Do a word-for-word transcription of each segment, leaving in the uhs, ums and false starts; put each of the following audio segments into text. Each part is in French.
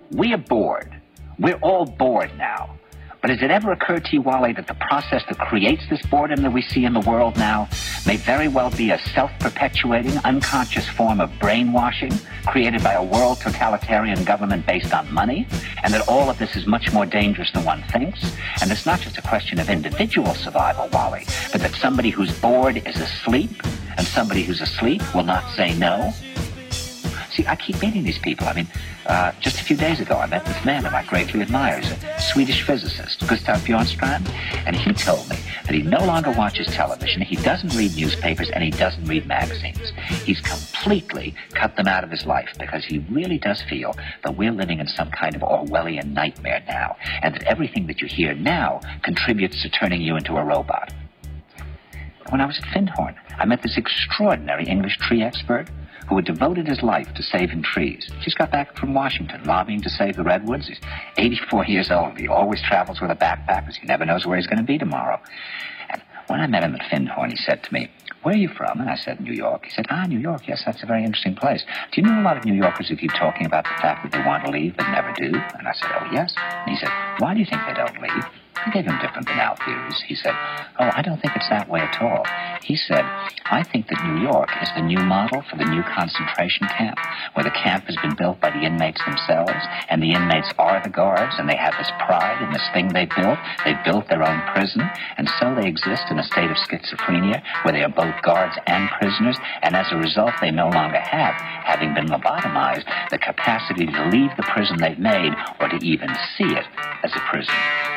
we are bored. We're all bored now. But has it ever occurred to you, Wally, that the process that creates this boredom that we see in the world now may very well be a self-perpetuating, unconscious form of brainwashing created by a world totalitarian government based on money, and that all of this is much more dangerous than one thinks? And it's not just a question of individual survival, Wally, but that somebody who's bored is asleep, and somebody who's asleep will not say no? See, I keep meeting these people. I mean, uh, just a few days ago, I met this man that I greatly admire. He's a Swedish physicist, Gustav Bjornstrand, and he told me that he no longer watches television, he doesn't read newspapers, and he doesn't read magazines. He's completely cut them out of his life because he really does feel that we're living in some kind of Orwellian nightmare now, and that everything that you hear now contributes to turning you into a robot. When I was at Findhorn, I met this extraordinary English tree expert who had devoted his life to saving trees. Just got back from Washington, lobbying to save the redwoods. He's eighty-four years old. He always travels with a backpack because he never knows where he's going to be tomorrow. And when I met him at Findhorn, he said to me, "Where are you from?" And I said, "New York." He said, "Ah, New York, yes, that's a very interesting place. Do you know a lot of New Yorkers who keep talking about the fact that they want to leave but never do?" And I said, "Oh, yes." And he said, "Why do you think they don't leave?" I gave him different banal theories. He said, "Oh, I don't think it's that way at all." He said, "I think that New York is the new model for the new concentration camp, where the camp has been built by the inmates themselves, and the inmates are the guards, and they have this pride in this thing they built. They've built their own prison, and so they exist in a state of schizophrenia, where they are both guards and prisoners, and as a result, they no longer have, having been lobotomized, the capacity to leave the prison they've made, or to even see it as a prison."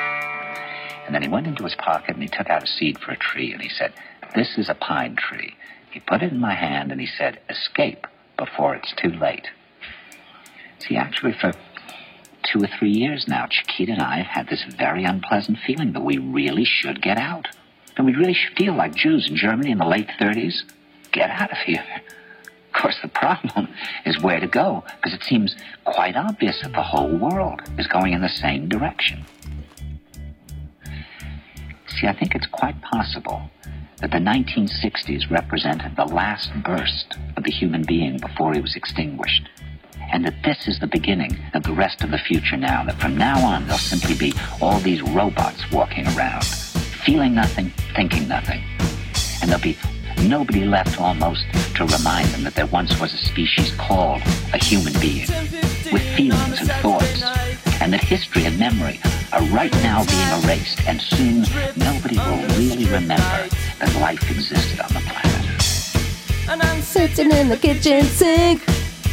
And then he went into his pocket and he took out a seed for a tree and he said, "This is a pine tree." He put it in my hand and he said, "Escape before it's too late." See, actually for two or three years now, Chiquita and I have had this very unpleasant feeling that we really should get out. And we really should feel like Jews in Germany in the late thirties. Get out of here. Of course, the problem is where to go, because it seems quite obvious that the whole world is going in the same direction. See, I think it's quite possible that the nineteen sixties represented the last burst of the human being before he was extinguished. And that this is the beginning of the rest of the future now, that from now on there'll simply be all these robots walking around, feeling nothing, thinking nothing. And there'll be nobody left almost to remind them that there once was a species called a human being, with feelings and thoughts, and that history and memory are right now being erased, and soon nobody will really remember that life existed on the planet. And I'm sitting in the kitchen sink,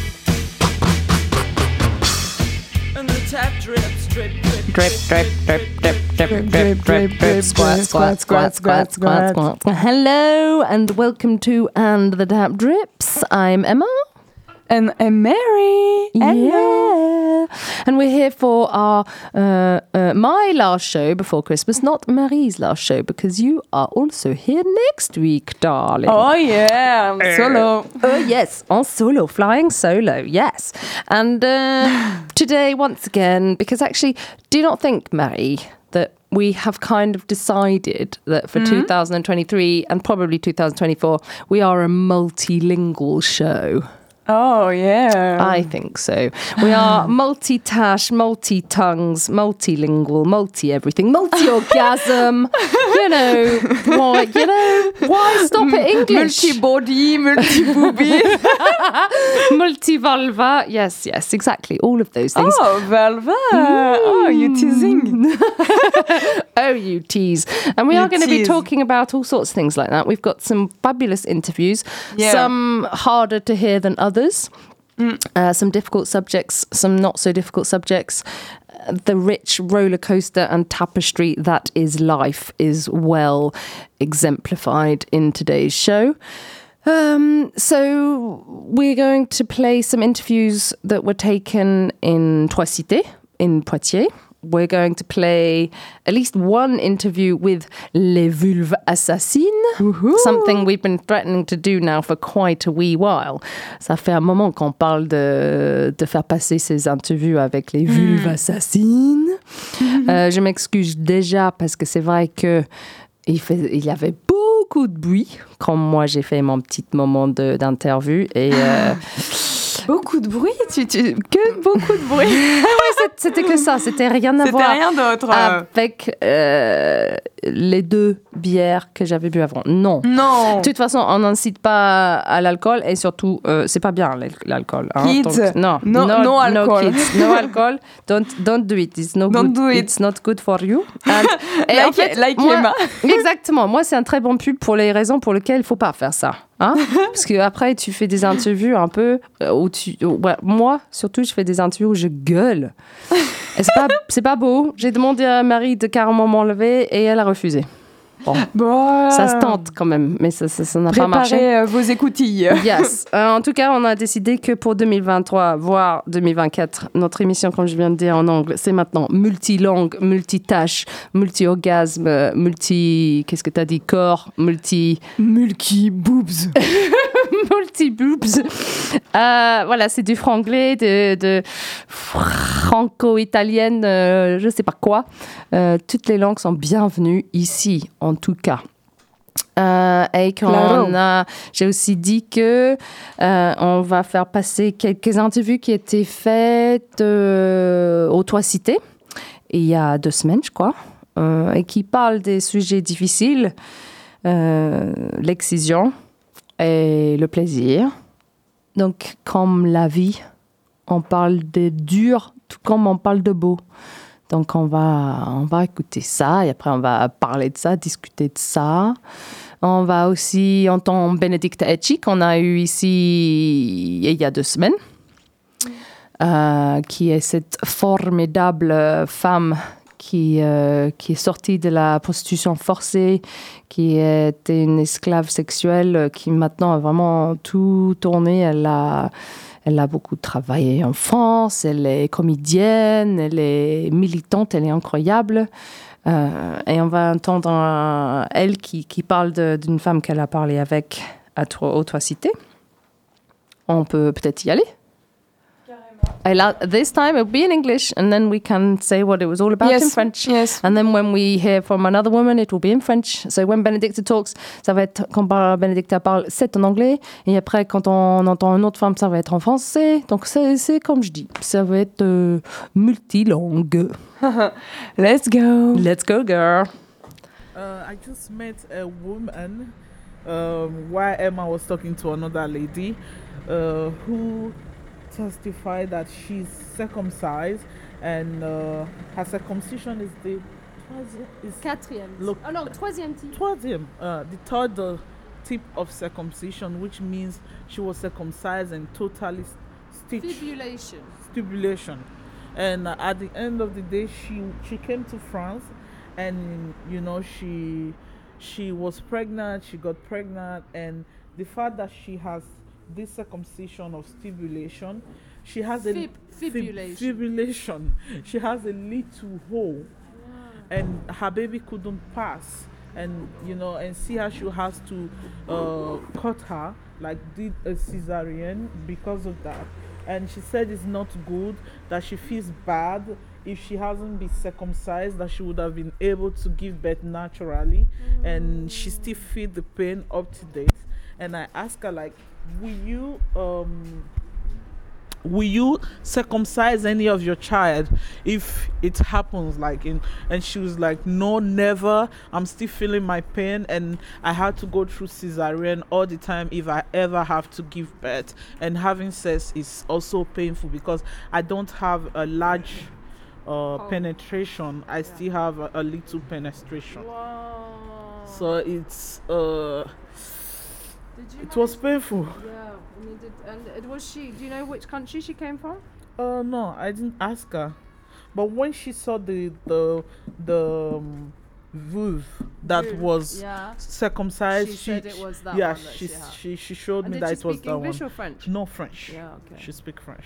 and the tap drips, drip, drip, Drip, drip, drip, drip, drip, drip, drip, drip, squat, squat, squat, squat, squat, squat. Hello and welcome to And the Tap Drips. I'm Emma. And I'm Mary. Hello. Yeah. And we're here for our uh, uh, my last show before Christmas, not Marie's last show, because you are also here next week, darling. Oh yeah, I'm solo. Oh yes, en solo, flying solo, yes. And uh, today, once again, because actually, do you not think, Marie, that we have kind of decided that for mm-hmm. two thousand twenty-three and probably two thousand twenty-four, we are a multilingual show? Oh, yeah. I think so. We are multi-tash, multi-tongues, multilingual, multi-everything, multi-orgasm. You know, why, you know, why stop at English? Multi-body, multi-booby. Multi-vulva. Yes, yes, exactly. All of those things. Oh, vulva. Mm. Oh, you teasing. Oh, you tease. And we you are going to tease. be talking about all sorts of things like that. We've got some fabulous interviews, yeah. some harder to hear than others. Mm. Uh, some difficult subjects, some not so difficult subjects. Uh, the rich roller coaster and tapestry that is life is well exemplified in today's show. Um, so we're going to play some interviews that were taken in Trois Cités, in Poitiers. We're going to play at least one interview with Les Vulves Assassines, Woohoo. Something we've been threatening to do now for quite a wee while. Ça fait un moment qu'on parle de, de faire passer ces interviews avec les Vulves mm. Assassines. Mm-hmm. Euh, je m'excuse déjà parce que c'est vrai que il, fait, il y avait beaucoup de bruit quand moi j'ai fait mon petit moment de, d'interview et... Euh, Beaucoup de bruit, tu, tu, que beaucoup de bruit. Ouais, c'était que ça, c'était rien à C'était voir rien d'autre. avec euh, les deux bières que j'avais bu avant. Non. Non. De toute façon, on n'incite pas à l'alcool et surtout, euh, c'est pas bien l'alcool. Hein, kids, donc, non, no, no, no alcohol. No kids, no alcohol. Don't, don't do it. It's no don't good. do it. It's not good for you. And, et like en fait, like moi, Emma. Exactement. Moi, c'est un très bon pub pour les raisons pour lesquelles il faut pas faire ça. Hein? Parce que après, tu fais des interviews un peu euh, où tu. Ouais, moi, surtout, je fais des interviews où je gueule. Et c'est pas, c'est pas beau. J'ai demandé à Marie de carrément m'enlever et elle a refusé. Bon. Bon. Ça se tente quand même, mais ça, ça, ça n'a pas marché. Préparez vos écoutilles. Yes. Euh, en tout cas, on a décidé que pour deux mille vingt-trois, voire deux mille vingt-quatre, notre émission, comme je viens de dire en anglais, c'est maintenant multilangue, multitâche, multi-orgasme, multi... Qu'est-ce que tu as dit? Corps, multi... Multi-boobs. Multi-boobs. Euh, voilà, c'est du franglais, de, de franco-italienne, euh, je sais pas quoi. Euh, toutes les langues sont bienvenues ici, en tout cas. Euh, et qu'on a, j'ai aussi dit que euh, on va faire passer quelques interviews qui étaient faites euh, au Toit Cité il y a deux semaines, je crois, euh, et qui parlent des sujets difficiles, euh, l'excision et le plaisir. Donc, comme la vie, on parle de dur, tout comme on parle de beau. Donc, on va, on va écouter ça et après, on va parler de ça, discuter de ça. On va aussi entendre Benedicta Ecci, qu'on a eu ici il y a deux semaines, euh, qui est cette formidable femme qui, euh, qui est sortie de la prostitution forcée, qui était une esclave sexuelle, qui maintenant a vraiment tout tourné. Elle a... Elle a beaucoup travaillé en France, elle est comédienne, elle est militante, elle est incroyable. Euh, et on va entendre un, elle qui, qui parle de, d'une femme qu'elle a parlé avec à au Toit Cité. On peut peut-être y aller. Carrément. This time it will be in English and then we can say what it was all about yes, in French. Yes. And then when we hear from another woman, it will be in French. So when Benedicta talks, ça va être, quand Benedicta parle, c'est en anglais. Et après, quand on entend une autre femme, ça va être en français. Donc c'est, c'est comme je dis, ça va être euh, multilangue. Let's go. Let's go, girl. Uh, I just met a woman um, while Emma was talking to another lady uh, who testified that she's circumcised and uh, her circumcision is the is Quatrième. Look, oh non, troisième type. Troisième, uh, the third uh, type of circumcision, which means she was circumcised and totally stitched. Fibulation. Stipulation. And uh, at the end of the day, she she came to France, and you know she she was pregnant. She got pregnant, and the fact that she has this circumcision of stipulation, she has a Fib, fibulation. Fib, fibulation. She has a little hole, wow. And her baby couldn't pass. And you know, and see how she has to uh, cut her, like did a cesarean because of that. And she said it's not good, that she feels bad if she hasn't been circumcised, that she would have been able to give birth naturally. Mm. And she still feels the pain up to date. And I asked her, like, will you um will you circumcise any of your child if it happens, like in and she was like, no, never. I'm still feeling my pain, and I had to go through cesarean all the time if I ever have to give birth. And having sex is also painful because I don't have a large uh, oh. penetration. I yeah. still have a, a little penetration. Wow. So it's uh Did you it was painful. Yeah. And, did, and it was she, do you know which country she came from? Uh, no, I didn't ask her. But when she saw the the the um, vulve that Vulve, was yeah. circumcised, she, she said it was that yeah, one that she she, had. she she showed and me did that she it was speak that English one. Or French? No French. Yeah, okay. She speak French.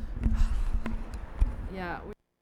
Yeah.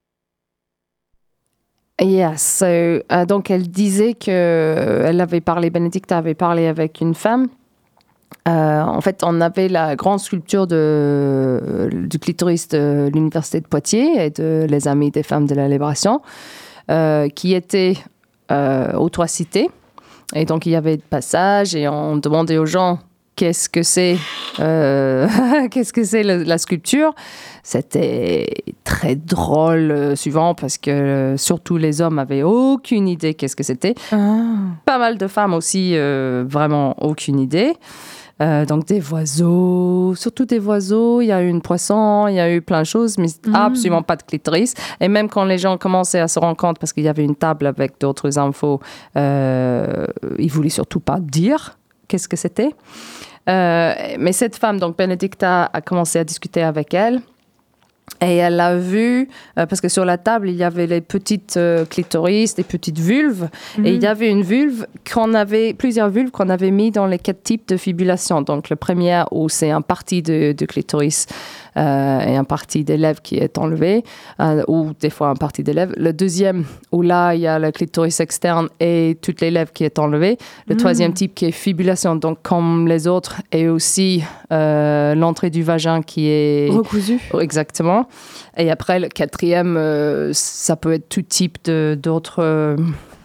Yes, so, euh, donc elle disait que euh, elle avait parlé, Benedicta avait parlé avec une femme. Euh, en fait, on avait la grande sculpture de, du clitoris de l'Université de Poitiers et de les Amis des femmes de la Libération, euh, qui était euh, aux Trois Cités. Et donc, il y avait des passages et on demandait aux gens qu'est-ce que c'est, euh, qu'est-ce que c'est la, la sculpture. C'était très drôle, euh, souvent, parce que euh, surtout les hommes avaient aucune idée qu'est-ce que c'était. Ah. Pas mal de femmes aussi, euh, vraiment aucune idée. Euh, donc des oiseaux, surtout des oiseaux, il y a eu une poisson, il y a eu plein de choses, mais Mmh. absolument pas de clitoris. Et même quand les gens commençaient à se rendre compte, parce qu'il y avait une table avec d'autres infos, euh, ils voulaient surtout pas dire qu'est-ce que c'était. Euh, mais cette femme, donc Benedicta, a commencé à discuter avec elle. Et elle a vu, euh, parce que sur la table, il y avait les petites euh, clitoris, les petites vulves. Mmh. Et il y avait une vulve qu'on avait, plusieurs vulves qu'on avait mis dans les quatre types de fibulation. Donc, le premier, où c'est un parti de, de clitoris euh, et un parti des lèvres qui est enlevé, euh, ou des fois un parti des lèvres. Le deuxième, où là, il y a le clitoris externe et toutes les lèvres qui est enlevé. Le Mmh. troisième type qui est fibulation, donc comme les autres, et aussi euh, l'entrée du vagin qui est... Recousu. Exactement. Et après, le quatrième, euh, ça peut être tout type de, d'autres euh,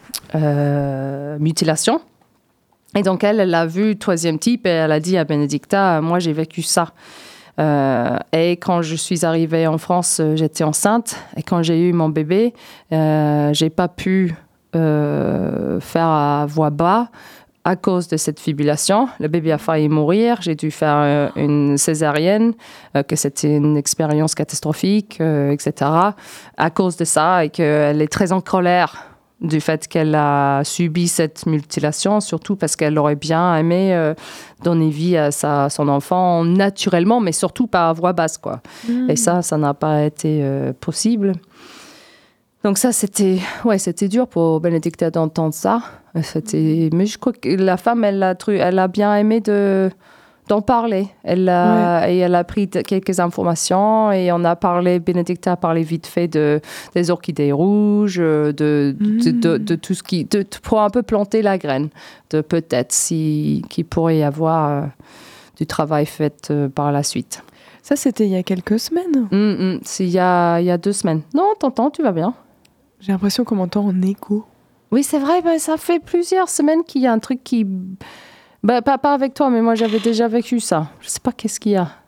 euh, mutilations. Et donc, elle, elle a vu le troisième type et elle a dit à Benedicta, moi, j'ai vécu ça. Euh, et quand je suis arrivée en France, euh, j'étais enceinte. Et quand j'ai eu mon bébé, euh, j'ai pas pu euh, faire à voix bas à cause de cette fibulation. Le bébé a failli mourir. J'ai dû faire euh, une césarienne, euh, que c'était une expérience catastrophique, euh, et cetera. À cause de ça, et qu'elle est très en colère du fait qu'elle a subi cette mutilation, surtout parce qu'elle aurait bien aimé euh, donner vie à sa, son enfant naturellement, mais surtout pas à voix basse, quoi. Mmh. Et ça, ça n'a pas été euh, possible. Donc ça, c'était, ouais, c'était dur pour Benedicta d'entendre ça. C'était, mais je crois que la femme, elle a, elle a bien aimé de, d'en parler. Elle a, ouais. Et elle a pris quelques informations et on a parlé, Benedicta a parlé vite fait de, des orchidées rouges, de, de, mmh. de, de, de tout ce qui... De, pour un peu planter la graine de peut-être si, qu'il pourrait y avoir euh, du travail fait euh, par la suite. Ça, c'était il y a quelques semaines. Mmh, mmh, c'est il y a, il y a deux semaines. Non, t'entends, tu vas bien. J'ai l'impression qu'on m'entend en écho. Oui, c'est vrai, bah, ça fait plusieurs semaines qu'il y a un truc qui... Bah, pas, pas avec toi, mais moi, j'avais déjà vécu ça. Je sais pas qu'est-ce qu'il y a.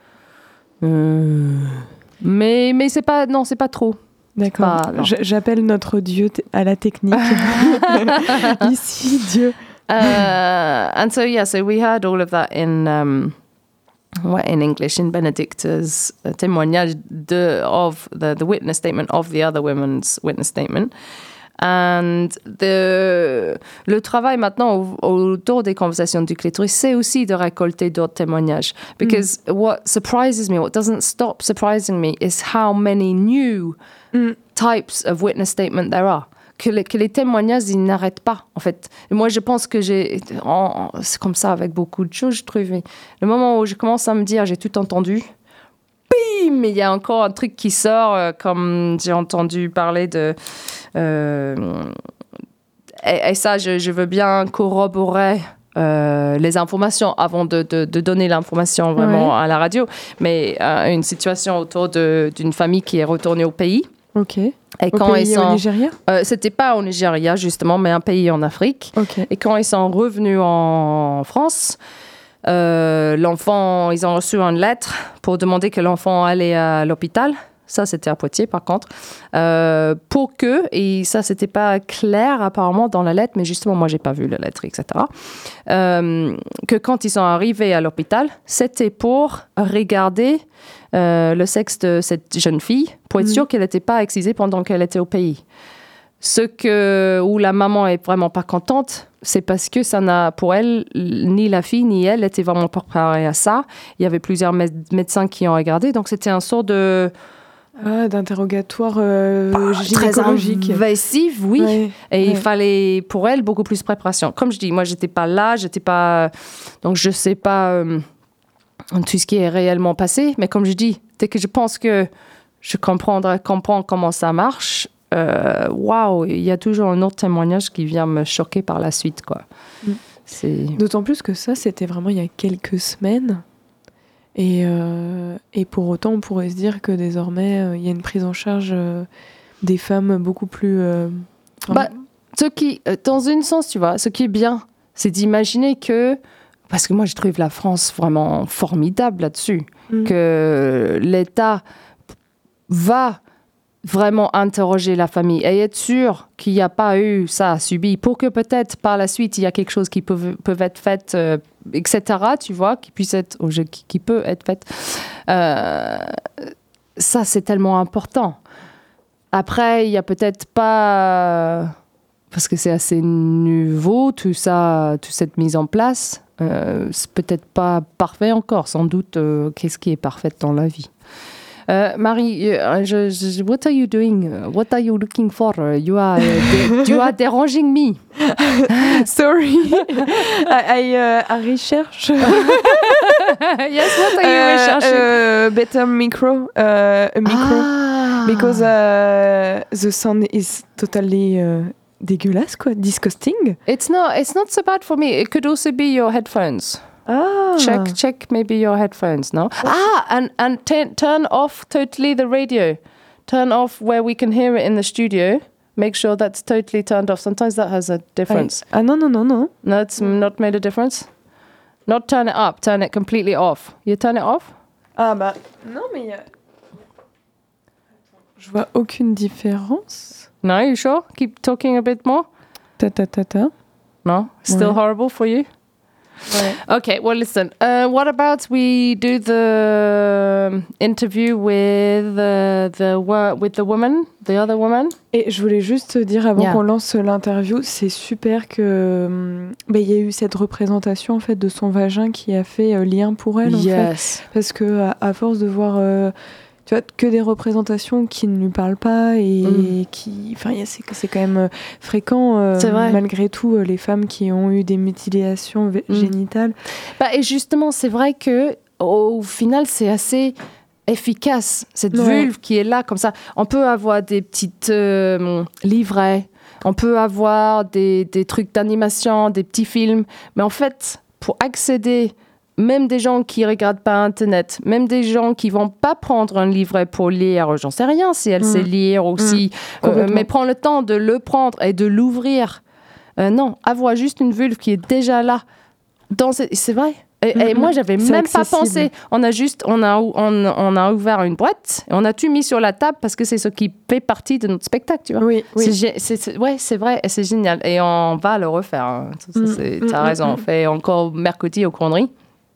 Euh... Mais, mais c'est pas... Non, c'est pas trop. D'accord. Pas, j'appelle notre Dieu t- à la technique. Ici, Dieu. Uh, and so, yeah, so we heard all of that in... Um, well, in English, in Benedicta's uh, témoignage de, of the, the witness statement of the other women's witness statement. And the, le travail maintenant au, autour des conversations du clitoris, c'est aussi de récolter d'autres témoignages. Because mm. what surprises me, what doesn't stop surprising me, is how many new mm. types of witness statement there are. Que les, que les témoignages, ils n'arrêtent pas, en fait. Et moi, je pense que j'ai... En, en, c'est comme ça avec beaucoup de choses, je trouve. Le moment où je commence à me dire, j'ai tout entendu, bim, il y a encore un truc qui sort, euh, comme j'ai entendu parler de... Euh, et, et ça, je, je veux bien corroborer euh, les informations avant de, de, de donner l'information vraiment ouais. à la radio. Mais euh, une situation autour de, d'une famille qui est retournée au pays. Ok. Et au quand pays ils sont, au Nigeria euh, c'était pas au Nigeria, justement, mais un pays en Afrique. Okay. Et quand ils sont revenus en France, euh, l'enfant, ils ont reçu une lettre pour demander que l'enfant allait à l'hôpital. Ça, c'était à Poitiers, par contre. Euh, pour que, et ça, c'était pas clair apparemment dans la lettre, mais justement, moi, j'ai pas vu la lettre, et cetera. Euh, que quand ils sont arrivés à l'hôpital, c'était pour regarder euh, le sexe de cette jeune fille, pour être mmh. sûre qu'elle n'était pas excisée pendant qu'elle était au pays. Ce que, où la maman est vraiment pas contente, c'est parce que ça n'a, pour elle, ni la fille ni elle n'étaient vraiment préparées à ça. Il y avait plusieurs mé- médecins qui ont regardé, donc c'était un sort de... Ah, d'interrogatoire euh, bah, gynécologique. Très invasif, oui. Ouais, et ouais. il fallait, pour elle, beaucoup plus de préparation. Comme je dis, moi, j'étais pas là, j'étais pas... Donc, je sais pas euh, tout ce qui est réellement passé. Mais comme je dis, dès que je pense que je comprendrai, comprends comment ça marche, waouh, wow, il y a toujours un autre témoignage qui vient me choquer par la suite, quoi. Mm. C'est... D'autant plus que ça, c'était vraiment il y a quelques semaines. Et, euh, et pour autant, on pourrait se dire que désormais, euh, il y a une prise en charge euh, des femmes beaucoup plus... Euh, bah, ce qui, dans un sens, tu vois, ce qui est bien, c'est d'imaginer que parce que moi, je trouve la France vraiment formidable là-dessus, Mm. que l'État va vraiment interroger la famille et être sûr qu'il n'y a pas eu ça subi pour que peut-être par la suite il y a quelque chose qui peut, peut être fait, euh, et cetera. Tu vois, qui puisse être, qui, qui peut être fait. Euh, ça, c'est tellement important. Après, il n'y a peut-être pas, parce que c'est assez nouveau, tout ça, toute cette mise en place, euh, c'est peut-être pas parfait encore. Sans doute, euh, qu'est-ce qui est parfait dans la vie? Uh, Marie, uh, je, je, what are you doing? What are you looking for? You are, uh, de, you are deranging me. Sorry. I, I, uh, I recherche. Yes, what are you uh, recherching? Uh, better micro. Uh, a micro. Ah. Because uh, the sound is totally uh, dégueulasse, quoi. Disgusting. It's not, it's not so bad for me. It could also be your headphones. Ah. Check, check maybe your headphones, no? Ah, and, and t- turn off totally the radio. Turn off where we can hear it in the studio. Make sure that's totally turned off. Sometimes that has a difference. Ah non, non, non, non. No, it's not made a difference? Not turn it up, turn it completely off. You turn it off? Ah bah, non mais... Euh... Je vois aucune différence. No, you sure? Keep talking a bit more? Ta ta ta ta. No? Still Ouais. horrible for you? Ouais. Okay, well, listen. Uh, what about we do the interview with uh, the wo- with the woman, the other woman? Et je voulais juste te dire avant Yeah. qu'on lance l'interview, c'est super que hum, bah, il y a eu cette représentation en fait de son vagin qui a fait euh, lien pour elle en fait, Yes. parce que à, à force de voir euh, tu vois, que des représentations qui ne lui parlent pas et Mm. qui, enfin, y a- c'est, c'est quand même euh, fréquent, euh, C'est vrai. malgré tout, euh, les femmes qui ont eu des mutilations vé- Mm. génitales. Bah, et justement, c'est vrai que au final, c'est assez efficace cette Ouais. vulve qui est là comme ça. On peut avoir des petites euh, livrets, on peut avoir des, des trucs d'animation, des petits films, mais en fait, pour accéder, même des gens qui regardent pas Internet, même des gens qui vont pas prendre un livret pour lire, j'en sais rien si elle Mm. sait lire ou Mm. si, euh, Complètement. mais prend le temps de le prendre et de l'ouvrir. Euh, non, avoir juste une vulve qui est déjà là. Dans ce- C'est vrai. Et, et Mm-hmm. moi, j'avais C'est même pas accessible. pensé. On a juste, on a, on, on a ouvert une boîte et on a tout mis sur la table parce que c'est ce qui fait partie de notre spectacle, tu vois. Oui, C'est, oui. gé- c'est, c'est- ouais, c'est vrai, et c'est génial. Et on va le refaire. Hein. Ça, ça, Mm, c'est- mm, t'as mm, raison. mm. On fait encore mercredi au Conneries.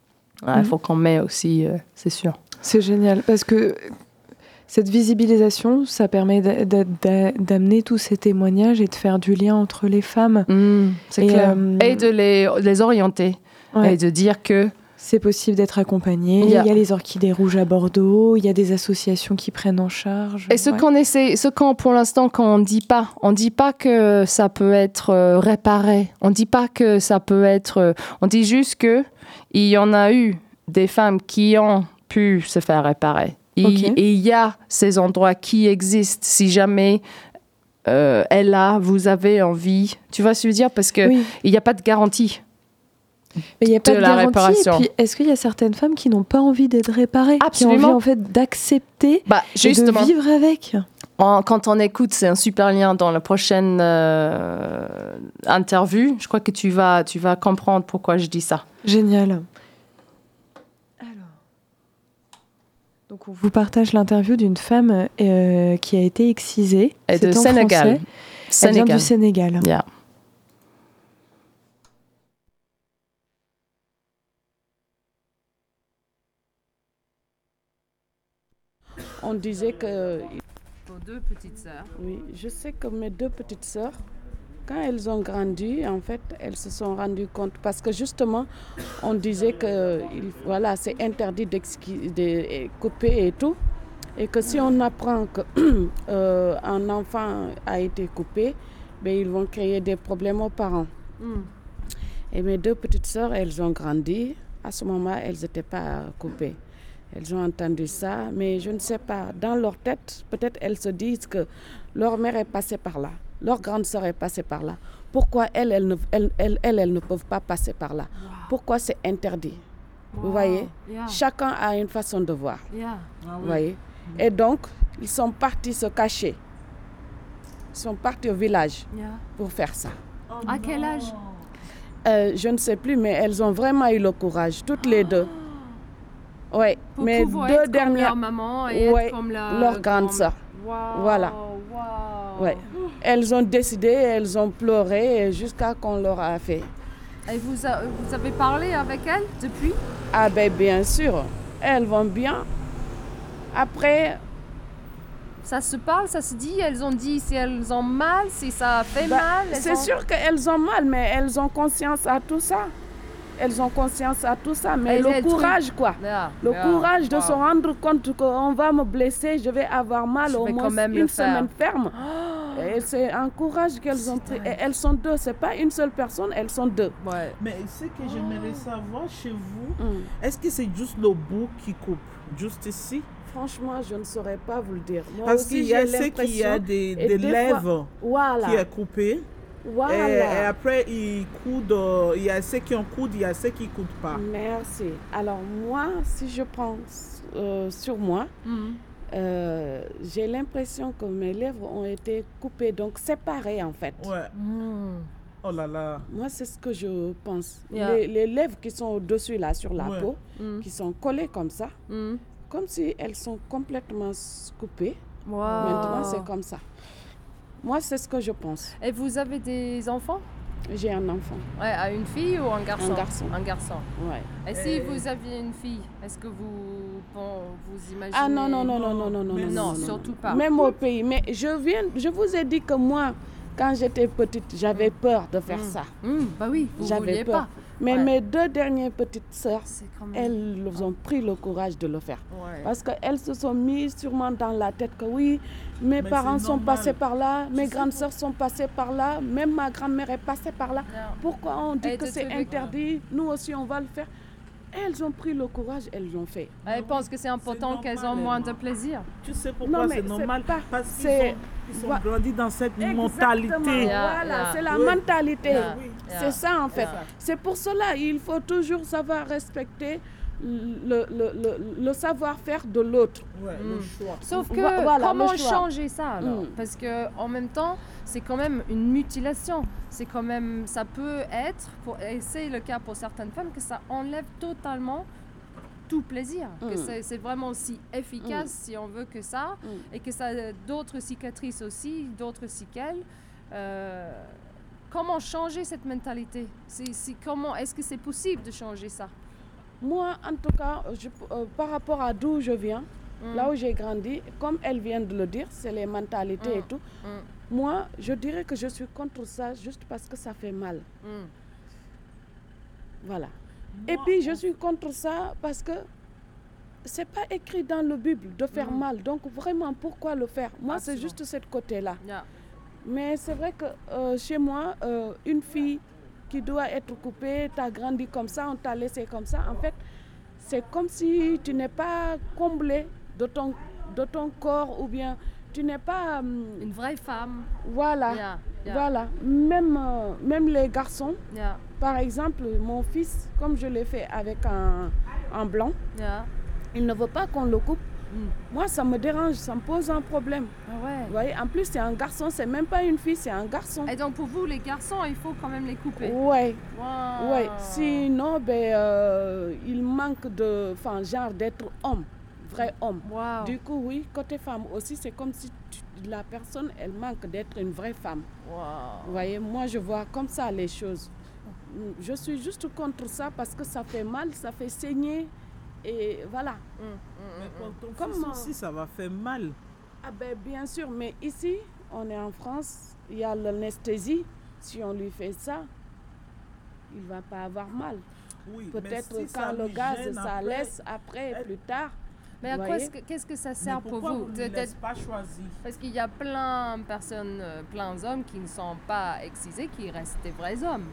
Il Mm. faut qu'on met aussi, euh, c'est sûr. C'est génial parce que cette visibilisation, ça permet d'a- d'a- d'a- d'amener tous ces témoignages et de faire du lien entre les femmes. Mm, c'est Et, clair. euh, Et de les, les orienter. Ouais. Et de dire que C'est possible d'être accompagné. Yeah. Il y a les orchidées rouges à Bordeaux. Il y a des associations qui prennent en charge. Et ce Ouais. qu'on essaie, ce qu'on, pour l'instant, quand on dit pas, on dit pas que ça peut être euh, réparé. On dit pas que ça peut être. euh, on dit juste que il y en a eu des femmes qui ont pu se faire réparer. Et Ok. et il y a ces endroits qui existent. Si jamais euh, elle a, vous avez envie, tu vois ce que je veux dire, parce que Oui. il n'y a pas de garantie. Mais il n'y a pas de de, la garantie. réparation. Et puis, est-ce qu'il y a certaines femmes qui n'ont pas envie d'être réparées, qui ont Absolument. envie en fait d'accepter Bah, et justement. de vivre avec? En- quand on écoute, c'est un super lien dans la prochaine euh, interview. Je crois que tu vas, tu vas comprendre pourquoi je dis ça. Génial. Alors, donc on vous partage l'interview d'une femme euh, qui a été excisée. Et C'est de en Sénégal. français. Elle vient du Sénégal. Yeah. On disait que... Pour deux petites sœurs. Oui, je sais que mes deux petites sœurs, quand elles ont grandi, en fait, elles se sont rendues compte. Parce que justement, on disait que il- voilà, c'est interdit d'exqui- de couper et tout. Et que si on apprend qu'un euh, un enfant a été coupé, ben, ils vont créer des problèmes aux parents. Et mes deux petites sœurs, elles ont grandi. À ce moment, elles n'étaient pas coupées. Elles ont entendu ça, mais je ne sais pas, dans leur tête, peut-être elles se disent que leur mère est passée par là, leur grande sœur est passée par là. Pourquoi elles, elles, ne, elles, elles, elles, elles ne peuvent pas passer par là? Pourquoi c'est interdit? Vous voyez? Chacun a une façon de voir. Vous voyez? Et donc, ils sont partis se cacher. Ils sont partis au village pour faire ça. À quel âge? euh, Je ne sais plus, mais elles ont vraiment eu le courage, toutes les deux. Oui, Pour mais pouvoir deux être dernières. comme leur maman et ouais, être comme la, leur grande comme... sœur. Wow, Voilà. Wow. Ouais. Elles ont décidé, elles ont pleuré jusqu'à qu'on leur a fait. Et vous, a, vous avez parlé avec elles depuis? Ah ben bien sûr, elles vont bien. Après... Ça se parle, ça se dit, elles ont dit si elles ont mal, si ça fait bah, mal. C'est ont... sûr qu'elles ont mal, mais elles ont conscience à tout ça. Elles ont conscience à tout ça, mais Et le courage trucs... quoi. Yeah, le yeah, courage de wow. se rendre compte qu'on va me blesser, je vais avoir mal je au moins une semaine ferme. Oh. Et c'est un courage qu'elles ont pris. Et elles sont deux, c'est pas une seule personne, elles sont deux. Ouais. Mais ce que j'aimerais savoir chez vous, mm. est-ce que c'est juste le bout qui coupe, juste ici? Franchement, je ne saurais pas vous le dire. Moi Parce aussi, qu'il y a ce qu'il y a des, des, des lèvres voilà. qui est coupé. Voilà. Et, et après, ils coudent, il y a ceux qui en coudent, il y a ceux qui ne coudent pas. Merci. Alors moi, si je prends euh, sur moi, mm. euh, j'ai l'impression que mes lèvres ont été coupées, donc séparées en fait. Ouais. Mm. Oh là là. Moi, c'est ce que je pense. Yeah. Les, les lèvres qui sont au-dessus, là, sur la ouais. peau, mm. qui sont collées comme ça, mm. comme si elles sont complètement coupées. Wow. Maintenant, c'est comme ça. Moi, c'est ce que je pense. Et vous avez des enfants? J'ai un enfant. Ouais, une fille ou un garçon? Un garçon. Un garçon. Ouais. Et si vous aviez une fille, est-ce que vous, bon, vous imaginez? Ah non, non, non, non, non, non, non, non, non, non, surtout non. pas. Même au pays. Mais je viens, je vous ai dit que moi, quand j'étais petite, j'avais mm. peur de faire mm. ça. Mm, bah oui, vous j'avais peur. Pas. Mais ouais. mes deux dernières petites sœurs, même... elles ont pris le courage de le faire. Ouais. Parce qu'elles se sont mises sûrement dans la tête que oui, mes mais parents sont passés par là, tu mes sais grandes quoi? sœurs sont passées par là, même ma grand-mère est passée par là. Yeah. Pourquoi on dit Et que c'est interdit? Nous aussi, on va le faire. Elles ont pris le courage, elles l'ont fait. Elles pensent que c'est important qu'elles ont moins de plaisir. Tu sais pourquoi c'est normal? Pas, Parce qu'ils sont, ils sont grandis dans cette Exactement. mentalité. Yeah, voilà, yeah. c'est la oui. mentalité. Yeah. Yeah. C'est ça en fait. Yeah. C'est pour cela il faut toujours savoir respecter le, le, le, le savoir-faire de l'autre. Ouais, mm. le choix. Sauf que voilà, comment changer ça alors? Mm. Parce que en même temps, c'est quand même une mutilation. C'est quand même, ça peut être, pour, et c'est le cas pour certaines femmes, que ça enlève totalement tout plaisir. Mm. Que c'est, c'est vraiment aussi efficace mm. si on veut que ça, mm. et que ça a d'autres cicatrices aussi, d'autres séquelles. Euh, comment changer cette mentalité? C'est, c'est, comment, est-ce que c'est possible de changer ça? Moi, en tout cas, je, euh, par rapport à d'où je viens, mm. là où j'ai grandi, comme elle vient de le dire, c'est les mentalités mm. et tout. Mm. Moi, je dirais que je suis contre ça juste parce que ça fait mal. Mm. Voilà. Moi, et puis, je suis contre ça parce que c'est pas écrit dans la Bible de faire mm. mal. Donc, vraiment, pourquoi le faire? Moi, Absolument. C'est juste ce côté-là. Yeah. Mais c'est vrai que euh, chez moi, euh, une fille qui doit être coupée, tu as grandi comme ça, on t'a laissé comme ça. En fait, c'est comme si tu n'es pas comblé de ton, de ton corps ou bien tu n'es pas... Um, une vraie femme. Voilà, yeah, yeah. voilà. Même, euh, même les garçons, yeah. par exemple, mon fils, comme je l'ai fait avec un, un blanc, yeah. il ne veut pas qu'on le coupe. Mm. Moi, ça me dérange, ça me pose un problème. Ah ouais. Vous voyez, en plus, c'est un garçon, c'est même pas une fille, c'est un garçon. Et donc, pour vous, les garçons, il faut quand même les couper? Oui. Wow. Ouais. Sinon, ben, euh, il manque de, enfin, genre d'être homme, vrai homme. Wow. Du coup, oui, côté femme aussi, c'est comme si tu, la personne, elle manque d'être une vraie femme. Wow. Vous voyez, moi, je vois comme ça les choses. Je suis juste contre ça parce que ça fait mal, ça fait saigner. Et voilà. Mmh, mmh, mais pour ton Comme fils aussi, ça va faire mal. Ah ben bien sûr, mais ici, on est en France, il y a l'anesthésie. Si on lui fait ça, il ne va pas avoir mal. Oui, peut-être si quand le gaz, ça après, laisse après, elle... plus tard. Mais à quoi est-ce que, qu'est-ce que ça sert mais pour vous? Vous ne laissez pas choisir. Parce qu'il y a plein de personnes, plein d'hommes qui ne sont pas excisés, qui restent des vrais hommes.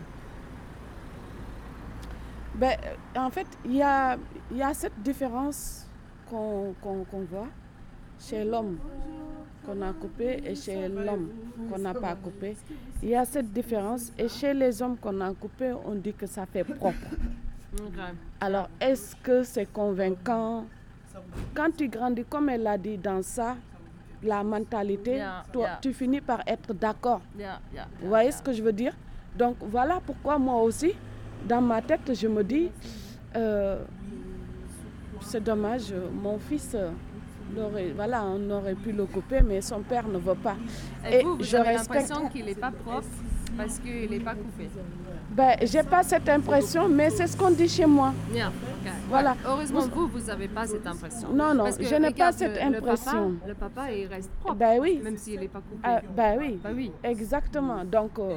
Ben, en fait, il y a, y a cette différence qu'on, qu'on, qu'on voit chez l'homme qu'on a coupé et chez l'homme qu'on n'a pas coupé. Il y a cette différence et chez les hommes qu'on a coupé, on dit que ça fait propre. Okay. Alors, est-ce que c'est convaincant? Quand tu grandis, comme elle l'a dit, dans ça, la mentalité, yeah, toi, yeah. tu finis par être d'accord. Yeah, yeah, yeah, Vous voyez yeah. ce que je veux dire? Donc voilà pourquoi moi aussi, dans ma tête, je me dis, euh, c'est dommage, mon fils, aurait, voilà, on aurait pu le couper, mais son père ne veut pas. Et, Et vous, vous je avez respecte... l'impression qu'il n'est pas propre parce qu'il n'est pas coupé? Ben, j'ai pas cette impression, mais c'est ce qu'on dit chez moi. Yeah, okay. Voilà. Heureusement, vous, vous n'avez pas cette impression. Non, non, parce que, je n'ai pas cette le, impression. Le papa, le papa, il reste propre, ben oui. même s'il n'est pas coupé. Ah, ben oui, ben oui. Exactement. Donc, euh,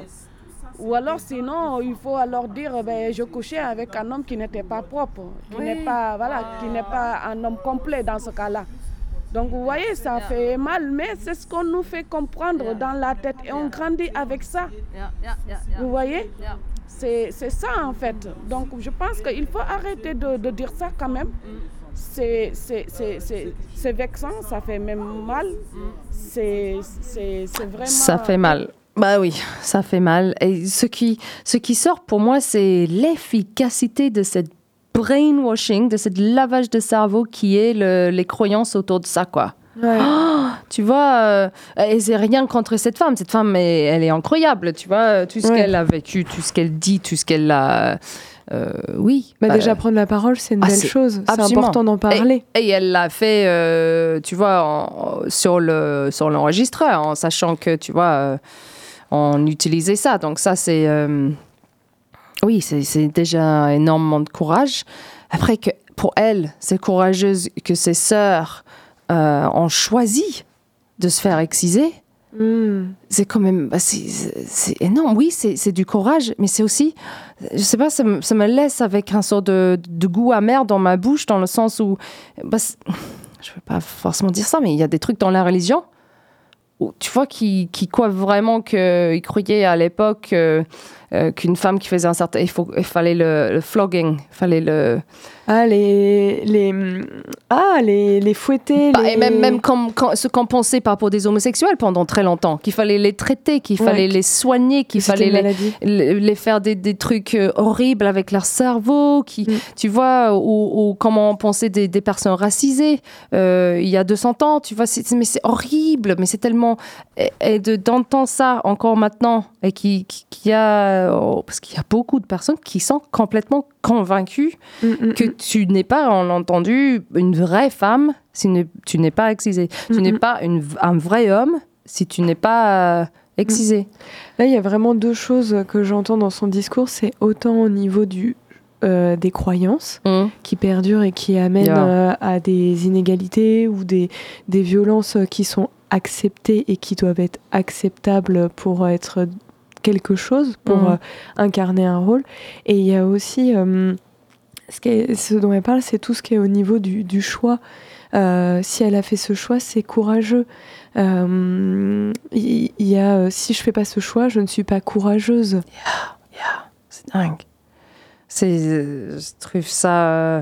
ou alors sinon, il faut alors dire, ben, je couchais avec un homme qui n'était pas propre, qui oui. n'est pas, voilà, ah. qui n'est pas un homme complet dans ce cas-là. Donc vous voyez, ça yeah. fait mal, mais c'est ce qu'on nous fait comprendre yeah. dans la tête et on grandit avec ça. Yeah. Yeah. Yeah. Yeah. Vous voyez yeah. c'est, c'est ça en fait. Donc je pense qu'il faut arrêter de, de dire ça quand même. Mm. C'est, c'est, c'est, c'est, c'est vexant, ça fait même mal. Mm. C'est, c'est, c'est vraiment... Ça fait mal. Bah oui, ça fait mal. Et ce qui, ce qui sort pour moi, c'est l'efficacité de cette brainwashing, de ce lavage de cerveau qui est le, les croyances autour de ça, quoi. Ouais. Oh, tu vois, euh, et c'est rien contre cette femme. Cette femme, elle, elle est incroyable, tu vois, tout ce ouais. qu'elle a vécu, tout ce qu'elle dit, tout ce qu'elle a... Euh, oui. Bah bah, déjà, prendre la parole, c'est une ah, belle c'est chose. Absolument. C'est important d'en parler. Et, et elle l'a fait, euh, tu vois, en, sur, le, sur l'enregistreur, en sachant que, tu vois, euh, on utilisait ça. Donc ça, c'est... Euh, Oui, c'est, c'est déjà énormément de courage. Après, que pour elle, c'est courageuse que ses sœurs euh, ont choisi de se faire exciser. Mm. C'est quand même... Bah, c'est, c'est, c'est énorme. Oui, c'est, c'est du courage, mais c'est aussi... Je sais pas, ça me, ça me laisse avec un sort de, de goût amer dans ma bouche, dans le sens où... Bah, je ne veux pas forcément dire ça, mais il y a des trucs dans la religion où, tu vois, qui, qui croient vraiment qu'ils croyaient à l'époque... Euh, Euh, qu'une femme qui faisait un certain... Il, faut, il fallait le, le flogging, il fallait le... Ah, les... les ah, les, les fouetter, bah, les... Et même, même comme, quand, ce qu'on pensait par rapport des homosexuels pendant très longtemps, qu'il fallait les traiter, qu'il ouais. fallait les soigner, qu'il fallait les, les, les faire des, des trucs horribles avec leur cerveau, qui, mm. tu vois, ou, ou comment on pensait des, des personnes racisées euh, il y a deux cents ans, tu vois, c'est, mais c'est horrible, mais c'est tellement... Et, et de, d'entendre ça encore maintenant, et qui, qui, qui a... Parce qu'il y a beaucoup de personnes qui sont complètement convaincues mm, mm, que tu n'es pas, on l'a entendu, une vraie femme si ne, tu n'es pas excisé. Mm, tu n'es pas une, un vrai homme si tu n'es pas euh, excisé. Là, il y a vraiment deux choses que j'entends dans son discours. C'est autant au niveau du, euh, des croyances mm. qui perdurent et qui amènent yeah. euh, à des inégalités ou des, des violences qui sont acceptées et qui doivent être acceptables pour être... quelque chose pour mmh. euh, incarner un rôle. Et il y a aussi euh, ce, qui est, ce dont elle parle, c'est tout ce qui est au niveau du, du choix. Euh, si elle a fait ce choix, c'est courageux. Il euh, y, y a euh, si je fais pas ce choix, je ne suis pas courageuse. Yeah, yeah, c'est dingue. C'est, je trouve ça. Euh...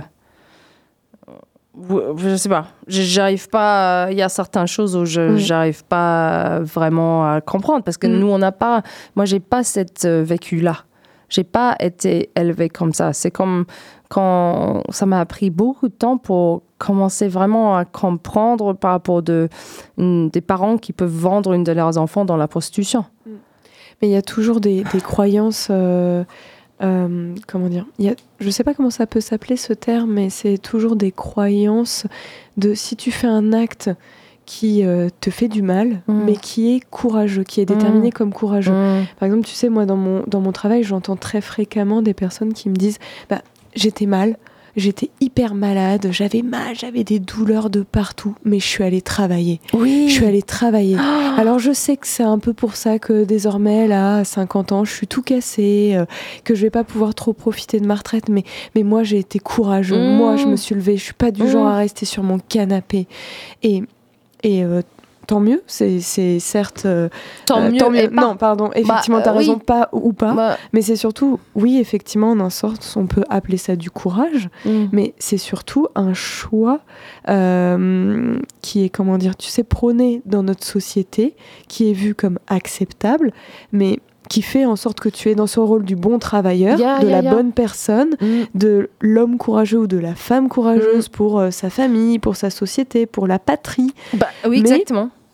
Je sais pas, j'arrive pas. Il y a certaines choses où je oui. j'arrive pas vraiment à comprendre parce que mmh. nous on n'a pas. Moi j'ai pas cette euh, vécu là. J'ai pas été élevée comme ça. C'est comme quand ça m'a pris beaucoup de temps pour commencer vraiment à comprendre par rapport de une, des parents qui peuvent vendre une de leurs enfants dans la prostitution. Mmh. Mais il y a toujours des, des croyances. Euh... Euh, comment dire, il y a, je sais pas comment ça peut s'appeler ce terme, mais c'est toujours des croyances de si tu fais un acte qui euh, te fait du mal, mmh. mais qui est courageux, qui est déterminé mmh. comme courageux. Mmh. Par exemple, tu sais, moi dans mon, dans mon travail, j'entends très fréquemment des personnes qui me disent bah, j'étais mal, j'étais hyper malade, j'avais mal, j'avais des douleurs de partout, mais je suis allée travailler. Oui. Je suis allée travailler. Oh. Alors je sais que c'est un peu pour ça que désormais, là, à cinquante ans, je suis tout cassée, euh, que je vais pas pouvoir trop profiter de ma retraite, mais, mais moi, j'ai été courageux. Mmh. Moi, je me suis levée, je suis pas du mmh. genre à rester sur mon canapé. Et... et euh, tant mieux, c'est, c'est certes... Euh, tant, euh, mieux tant mieux, non, pardon, effectivement, bah, t'as euh, raison, oui. pas ou pas, bah. mais c'est surtout, oui, effectivement, en un sorte, on peut appeler ça du courage, mm. mais c'est surtout un choix euh, qui est, comment dire, tu sais, prôné dans notre société, qui est vu comme acceptable, mais qui fait en sorte que tu es dans ce rôle du bon travailleur, yeah, de yeah, la yeah. bonne personne, mm. de l'homme courageux ou de la femme courageuse mm. pour euh, sa famille, pour sa société, pour la patrie. Bah, oui, mais, exactement.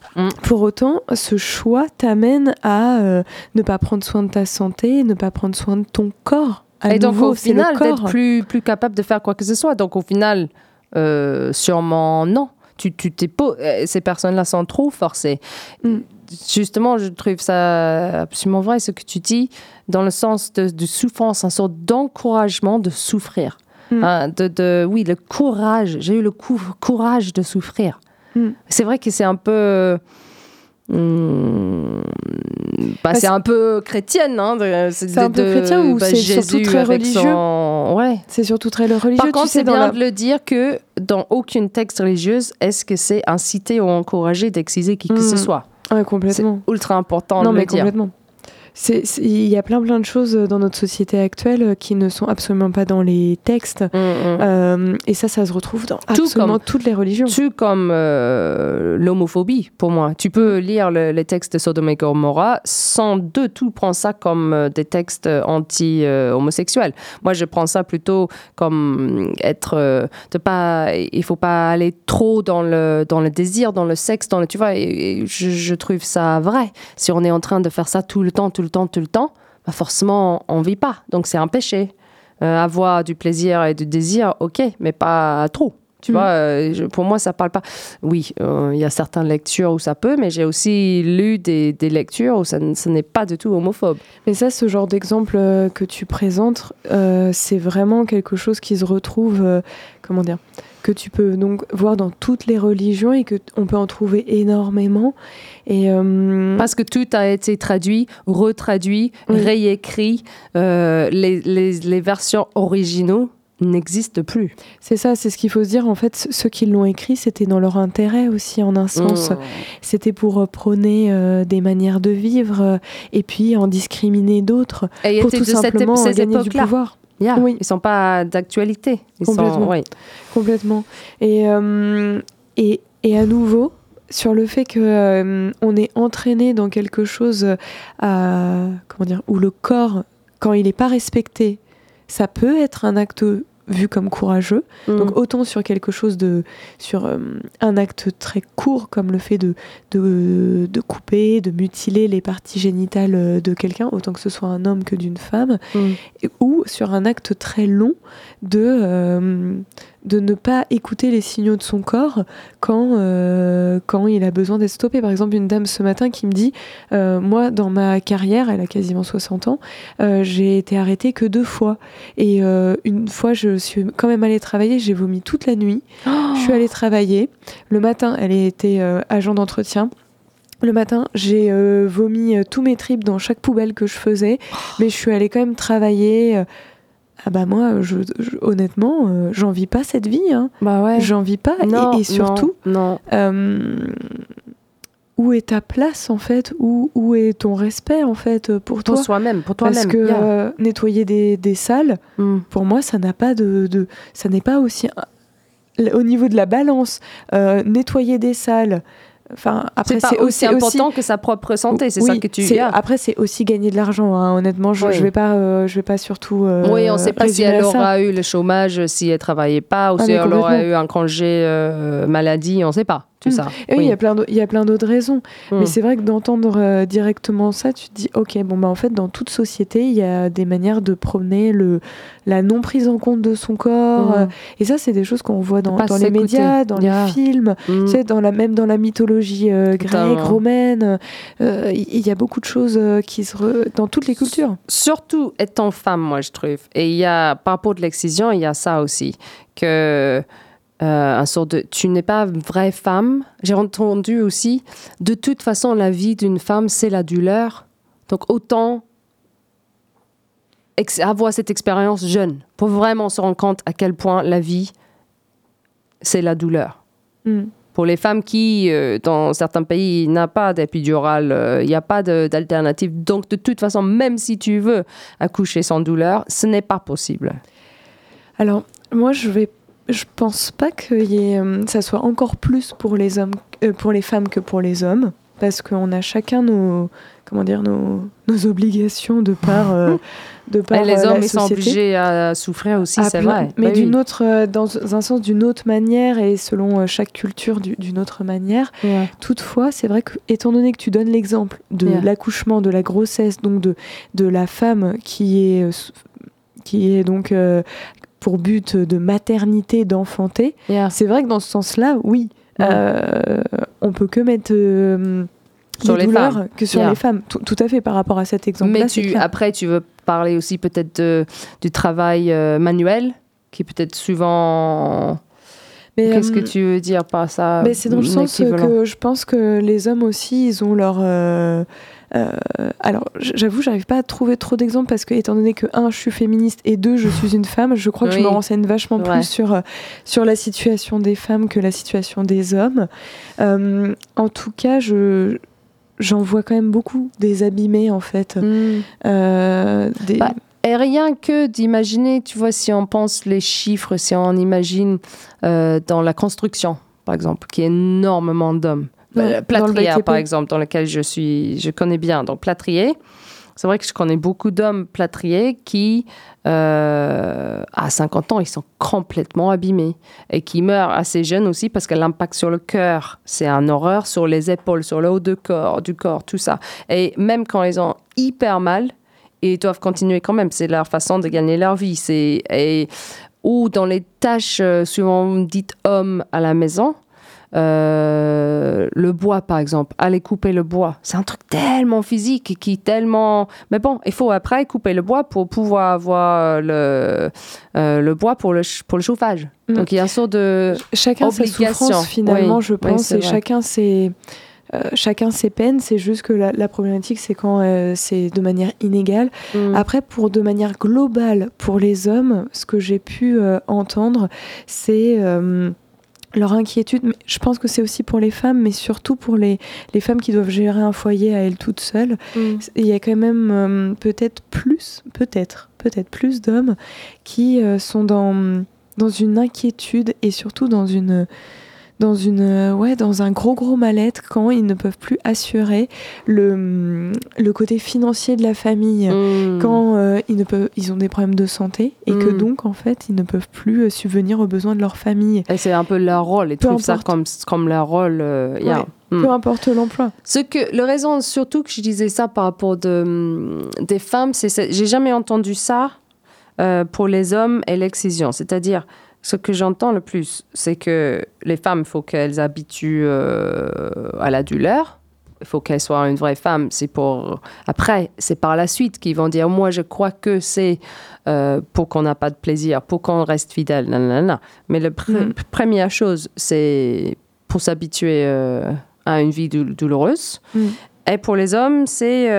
Mm. Pour autant, ce choix t'amène à euh, ne pas prendre soin de ta santé, ne pas prendre soin de ton corps. À Et nouveau, donc, au c'est final, le corps. d'être plus, plus capable de faire quoi que ce soit. Donc, au final, euh, sûrement non. Tu, tu t'es pas, ces personnes-là sont trop forcées. Mm. Justement, je trouve ça absolument vrai, ce que tu dis, dans le sens de, de souffrance, une sorte d'encouragement de souffrir. Mm. Hein, de, de, oui, le courage. J'ai eu le cou- courage de souffrir. Mm. C'est vrai que c'est un peu... Hum, bah, c'est, c'est un peu chrétienne, hein, de, c'est, c'est un peu de, chrétien ou bah, c'est Jésus surtout très avec religieux son... Ouais. C'est surtout très religieux. Par contre, tu sais, c'est dans bien la... de le dire que dans aucune texte religieuse, est-ce que c'est inciter ou encourager d'exciser qui que Mm. ce soit. Ouais, complètement. C'est ultra important Non, de mais le dire. complètement. C'est, c'est, il y a plein plein de choses dans notre société actuelle qui ne sont absolument pas dans les textes. Mm, mm. Euh, et ça, ça se retrouve dans Tout absolument comme- toutes les religions. Tout comme euh, l'homophobie, pour moi. Tu peux lire le- les textes de Sodome et Gomorrah sans de tout prendre ça comme euh, des textes anti-homosexuels. Moi, je prends ça plutôt comme être... euh, de pas, il faut pas aller trop dans le, dans le désir, dans le sexe, dans le, tu vois, et, et je, je trouve ça vrai. Si on est en train de faire ça tout le temps, tout le temps, tout le temps, bah forcément, on vit pas. Donc, c'est un péché. Euh, avoir du plaisir et du désir, ok, mais pas trop. Tu Mm. vois, euh, je- pour moi, ça parle pas. Oui, euh, il y a certaines lectures où ça peut, mais j'ai aussi lu des, des lectures où ça, n- ça n'est pas du tout homophobe. Mais ça, ce genre d'exemple euh, que tu présentes, euh, c'est vraiment quelque chose qui se retrouve, euh, comment dire, que tu peux donc voir dans toutes les religions et que t- on peut en trouver énormément. Et euh, Parce que tout a été traduit, retraduit, Oui. réécrit. Euh, les, les, les versions originaux n'existent plus. c'est ça, c'est ce qu'il faut se dire. En fait, c- ceux qui l'ont écrit, c'était dans leur intérêt aussi, en un sens. Mmh. C'était pour euh, prôner euh, des manières de vivre euh, et puis en discriminer d'autres Et ils pour étaient tout de cette simplement ép- euh, ces gagner du époques-là. pouvoir. Yeah. Oui. Ils sont pas d'actualité. Ils Complètement. sont, ouais. Complètement. Et, euh, et, et à nouveau, sur le fait que euh, on est entraîné dans quelque chose à, comment dire, où le corps, quand il n'est pas respecté, ça peut être un acte vu comme courageux. Mm. Donc autant sur quelque chose de, sur euh, un acte très court comme le fait de, de, de couper, de mutiler les parties génitales de quelqu'un, autant que ce soit un homme que d'une femme, Mm. et- ou sur un acte très long de, euh, de ne pas écouter les signaux de son corps quand, euh, quand il a besoin d'être stoppé. Par exemple, une dame ce matin qui me dit euh, moi, dans ma carrière, elle a quasiment soixante ans, euh, j'ai été arrêtée que deux fois. Et euh, une fois, je suis quand même allée travailler, j'ai vomi toute la nuit. Je suis allée travailler. Le matin, elle était euh, agent d'entretien. Le matin, j'ai euh, vomi euh, tous mes tripes dans chaque poubelle que je faisais, mais je suis allée quand même travailler. euh, Ah bah moi, je, je- honnêtement, euh, j'en vis pas cette vie. Hein. Bah ouais. J'en vis pas. Non, et, et surtout, non, non. euh, où est ta place en fait? Où, où est ton respect en fait pour toi? Pour soi-même, pour toi-même. Parce que Yeah. euh, nettoyer des, des salles, Mm. pour moi, ça n'a pas de, de ça n'est pas aussi au niveau de la balance. Euh, nettoyer des salles. Enfin, après, C'est pas c'est aussi aussi important que sa propre santé, c'est oui, ça que tu... c'est- Yeah. Après, c'est aussi gagner de l'argent. Hein. Honnêtement, je, Oui. je vais pas, euh, je vais pas surtout. euh, Oui, on ne sait pas si résumer elle à ça. aura eu le chômage, si elle travaillait pas, ou Ah, si mais elle aura complètement. eu un congé euh, maladie, on ne sait pas. Tout Mm. ça. Et oui, il y a plein d'au- il y a plein d'autres raisons. Mm. Mais c'est vrai que d'entendre euh, directement ça, tu te dis, ok, bon bah en fait, dans toute société, il y a des manières de promener le la non prise en compte de son corps. Mm. euh, et ça, c'est des choses qu'on voit dans, Pas dans les s'écouter. médias, dans Yeah. les films, Mm. tu sais, dans la même dans la mythologie euh, grecque, Totalement. romaine. euh, Il il y a beaucoup de choses euh, qui se re- dans toutes les cultures. Surtout étant femme, moi, je trouve. Et il y a, par rapport de l'excision, il y a ça aussi. Que, euh, un sort de, tu n'es pas vraie femme. J'ai entendu aussi, de toute façon, la vie d'une femme, c'est la douleur. Donc, autant ex- avoir cette expérience jeune pour vraiment se rendre compte à quel point la vie, c'est la douleur. Mm. Pour les femmes qui, euh, dans certains pays, n'ont pas d'épidurale, il n'y a pas de- d'alternative. Donc, de toute façon, même si tu veux accoucher sans douleur, ce n'est pas possible. Alors, moi, je vais, je pense pas que y ait, euh, ça soit encore plus pour les hommes, euh, pour les femmes que pour les hommes. parce qu'on a chacun nos, comment dire, nos, nos obligations de par, euh, de par Et les euh, hommes, la ils sont société. obligés à souffrir aussi, À c'est plein- vrai. Mais Bah d'une oui. autre, euh, dans un sens, d'une autre manière et selon euh, chaque culture, du- d'une autre manière. Ouais. Toutefois, c'est vrai que, étant donné que tu donnes l'exemple de Yeah. l'accouchement, de la grossesse, donc de, de la femme qui est, euh, s- qui est donc euh, pour but de maternité, d'enfanter, Yeah. c'est vrai que dans ce sens-là, oui, Mm. euh, on peut que mettre euh, Sur les douleurs femmes. que sur Yeah. les femmes. Tout, tout à fait par rapport à cet exemple-là. Mais c'est tu, clair. après, tu veux parler aussi peut-être de, du travail euh, manuel, qui est peut-être souvent... Mais, Qu'est-ce que euh, tu veux dire par ça? Mais c'est dans le un sens équivalent? que je pense que les hommes aussi, ils ont leur... euh, euh, alors, j- j'avoue, j'arrive pas à trouver trop d'exemples parce que, étant donné que, un, je suis féministe et deux, je suis une femme, je crois que je Oui. me renseigne vachement Ouais. plus sur, euh, sur la situation des femmes que la situation des hommes. Euh, en tout cas, je... J'en vois quand même beaucoup des abîmés, en fait. Mm. Euh, des... Bah, Et rien que d'imaginer, tu vois, si on pense les chiffres, si on imagine euh, dans la construction, par exemple, qui est énormément d'hommes. Ouais, Euh, dans le Plâtrière, B T P. par exemple, dans lequel je suis, je connais bien. Donc, plâtrier, c'est vrai que je connais beaucoup d'hommes plâtriers qui, euh, à cinquante ans, ils sont complètement abîmés et qui meurent assez jeunes aussi parce que l'impact sur le cœur, c'est un horreur, sur les épaules, sur le haut du corps, du corps, tout ça. Et même quand ils ont hyper mal, ils doivent continuer quand même. C'est leur façon de gagner leur vie. C'est, et, ou dans les tâches euh, souvent dites hommes à la maison, euh, le bois par exemple, aller couper le bois, c'est un truc tellement physique et qui tellement... Mais bon, il faut après couper le bois pour pouvoir avoir le, euh, le bois pour le, ch- pour le chauffage. Mm. Donc il y a un sort de... Chacun sa obligation. souffrance, finalement, Oui, je oui, pense, c'est et vrai. chacun ses... euh, chacun ses peines, c'est juste que la, la problématique, c'est quand euh, c'est de manière inégale. Mm. Après, pour de manière globale, pour les hommes, ce que j'ai pu euh, entendre, c'est euh, leur inquiétude. Mais je pense que c'est aussi pour les femmes, mais surtout pour les, les femmes qui doivent gérer un foyer à elles toutes seules. Mm. Il y a quand même euh, peut-être plus, peut-être, peut-être plus d'hommes qui euh, sont dans, dans une inquiétude et surtout dans une... dans une ouais dans un gros gros mal-être quand ils ne peuvent plus assurer le le côté financier de la famille, Mm. quand euh, ils ne peuvent ils ont des problèmes de santé et que Mm. donc en fait ils ne peuvent plus euh, subvenir aux besoins de leur famille, Et c'est un peu leur rôle. Ils Peu trouvent ça importe. comme, comme leur rôle. euh, yeah. Mm. peu importe l'emploi. Ce que, le raison surtout que je disais ça par rapport de, hum, des femmes, c'est que j'ai jamais entendu ça euh, pour les hommes et l'excision. C'est-à-dire, ce que j'entends le plus, c'est que les femmes, il faut qu'elles habituent euh, à la douleur. Il faut qu'elles soient une vraie femme. C'est pour... Après, c'est par la suite qu'ils vont dire, moi, je crois que c'est euh, pour qu'on n'a pas de plaisir, pour qu'on reste fidèle. Nanana. Mais la pr- Mm. première chose, c'est pour s'habituer euh, à une vie dou- douloureuse. Mm. Et pour les hommes, c'est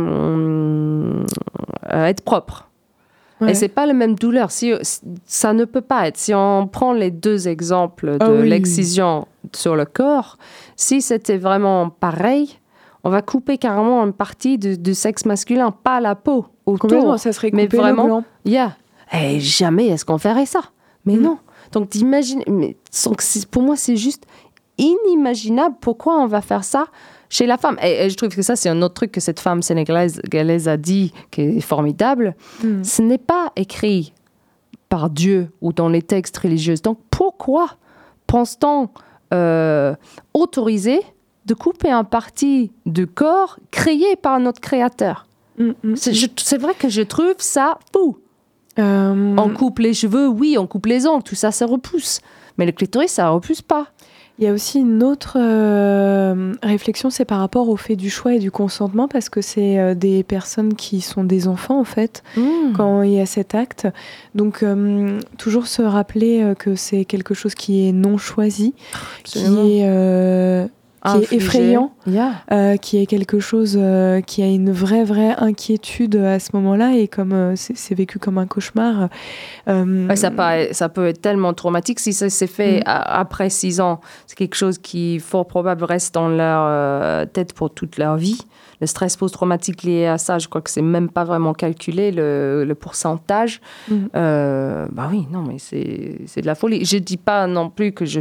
euh, euh, être propre. Ouais. Et c'est pas la même douleur. Si, ça ne peut pas être. Si on prend les deux exemples de Ah oui. l'excision sur le corps, si c'était vraiment pareil, on va couper carrément une partie du, du sexe masculin, pas la peau Complètement, autour. ça serait Mais couper vraiment, le blanc. Yeah. Et jamais est-ce qu'on ferait ça. Mais Mm. non. Donc d'imaginer, mais donc, c'est- pour moi c'est juste inimaginable pourquoi on va faire ça chez la femme. Et, et je trouve que ça c'est un autre truc que cette femme sénégalaise galaise a dit qui est formidable. Mm. Ce n'est pas écrit par Dieu ou dans les textes religieux. Donc pourquoi pense-t-on euh, autoriser de couper un parti du corps créé par notre Créateur? Mm, mm, C'est, je- c'est vrai que je trouve ça fou. Euh, On coupe les cheveux, oui, on coupe les ongles, tout ça, ça repousse. Mais le clitoris, ça repousse pas. Il y a aussi une autre euh, réflexion, c'est par rapport au fait du choix et du consentement, parce que c'est euh, des personnes qui sont des enfants, en fait, quand il y a cet acte. Donc, euh, toujours se rappeler euh, que c'est quelque chose qui est non choisi, Absolument. qui est, euh, qui est Infligé. effrayant, Yeah. euh, qui est quelque chose euh, qui a une vraie, vraie inquiétude à ce moment-là, et comme euh, c'est, c'est vécu comme un cauchemar. euh, Ouais, ça, peut, ça peut être tellement traumatique si ça s'est fait Mm. a- après six ans. C'est quelque chose qui, fort probable, reste dans leur euh, tête pour toute leur vie. Le stress post-traumatique lié à ça, je crois que c'est même pas vraiment calculé, le, le pourcentage. Mm. Euh, bah oui, non, mais c'est, c'est de la folie. Je dis pas non plus que je suis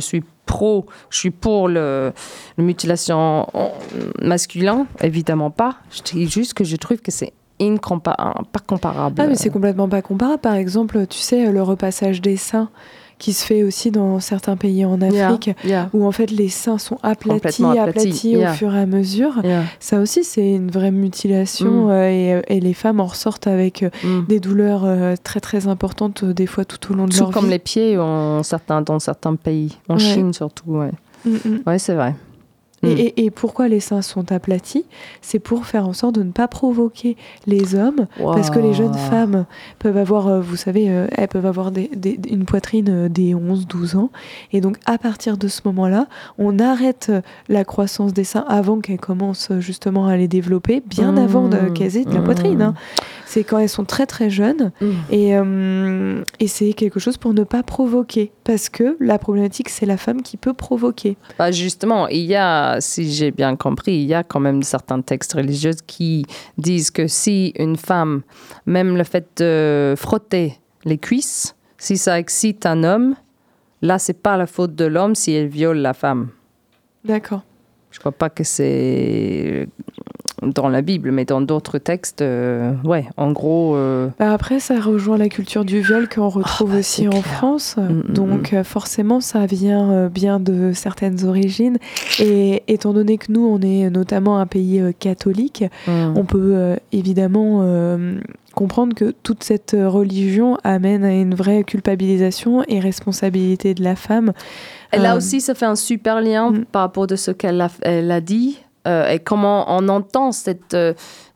pro, je suis pour le, la mutilation masculine, évidemment pas. Je dis juste que je trouve que c'est incompa- pas comparable. Ah, mais c'est complètement pas comparable. Par exemple, tu sais, le repassage des seins qui se fait aussi dans certains pays en Afrique, yeah, yeah. où en fait les seins sont aplatis, aplatis, aplatis yeah. au fur et à mesure. Yeah. Ça aussi, c'est une vraie mutilation mm. euh, et, et les femmes en ressortent avec euh, mm. des douleurs euh, très très importantes, euh, des fois tout au long de tout leur vie. Tout comme les pieds en certains, dans certains pays, en ouais. Chine surtout. Ouais, mm-hmm. ouais c'est vrai. Et, et, et pourquoi les seins sont aplatis ? C'est pour faire en sorte de ne pas provoquer les hommes, wow. parce que les jeunes femmes peuvent avoir, euh, vous savez, euh, elles peuvent avoir des, des, une poitrine euh, des onze douze ans, et donc à partir de ce moment-là, on arrête la croissance des seins avant qu'elles commencent justement à les développer, bien mmh. avant de, qu'elles aient de la mmh. poitrine. Hein. C'est quand elles sont très très jeunes, mmh. et, euh, et c'est quelque chose pour ne pas provoquer, parce que la problématique, c'est la femme qui peut provoquer. Bah justement, il y a si j'ai bien compris, il y a quand même certains textes religieux qui disent que si une femme, même le fait de frotter les cuisses, si ça excite un homme, là, c'est pas la faute de l'homme si elle viole la femme. D'accord. Je crois pas que c'est dans la Bible, mais dans d'autres textes, euh, ouais, en gros... Euh... Bah après, ça rejoint la culture du viol qu'on retrouve oh bah, aussi en clair. France. Mmh, donc, mmh. forcément, ça vient euh, bien de certaines origines. Et étant donné que nous, on est notamment un pays euh, catholique, mmh. on peut euh, évidemment euh, comprendre que toute cette religion amène à une vraie culpabilisation et responsabilité de la femme. Et là euh... aussi, ça fait un super lien mmh. par rapport à ce qu'elle a, elle a dit. Euh, et comment on entend cette, euh,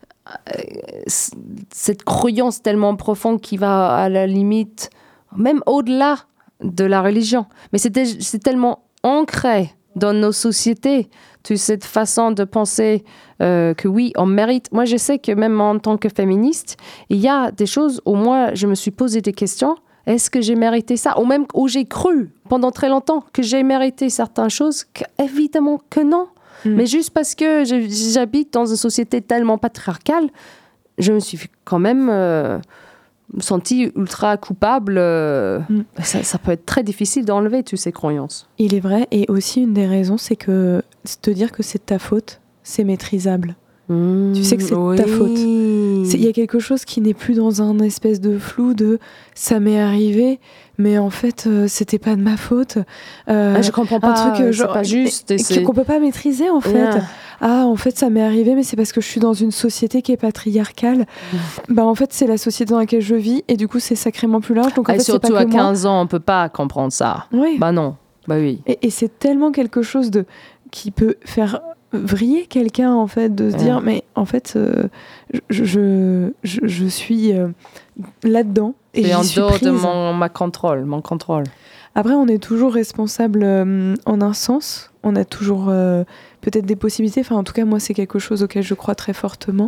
cette croyance tellement profonde qui va à la limite, même au-delà de la religion. Mais c'est, c'est tellement ancré dans nos sociétés, cette façon de penser euh, que oui, on mérite. Moi, je sais que même en tant que féministe, il y a des choses où moi, je me suis posé des questions. Est-ce que j'ai mérité ça ? Ou même où j'ai cru pendant très longtemps que j'ai mérité certaines choses, que, évidemment que non. Mmh. Mais juste parce que je, j'habite dans une société tellement patriarcale, je me suis quand même euh, sentie ultra coupable. Euh, mmh. ça, ça peut être très difficile d'enlever toutes ces croyances. Il est vrai, et aussi une des raisons, c'est que te dire que c'est de ta faute, c'est maîtrisable. Mmh, tu sais que c'est oui. de ta faute. Il y a quelque chose qui n'est plus dans un espèce de flou de « ça m'est arrivé », mais en fait, euh, c'était pas de ma faute. Euh, ah, je comprends pas, un truc, genre, c'est pas juste. Et, et qu'on peut pas maîtriser, en fait. Yeah. Ah, en fait, ça m'est arrivé, mais c'est parce que je suis dans une société qui est patriarcale. Mmh. Bah, en fait, c'est la société dans laquelle je vis, et du coup, c'est sacrément plus large. Donc, en et fait, surtout c'est pas à que quinze moi. ans, on peut pas comprendre ça. Oui. Bah non, bah oui. Et, et c'est tellement quelque chose de qui peut faire vriller quelqu'un, en fait, de se ouais. dire, mais en fait, euh, je, je, je, je suis euh, là-dedans. Et c'est j'y en suis dehors prise. de mon, ma contrôle, mon contrôle. Après, on est toujours responsable euh, en un sens. On a toujours euh, peut-être des possibilités. Enfin, en tout cas, moi, c'est quelque chose auquel je crois très fortement.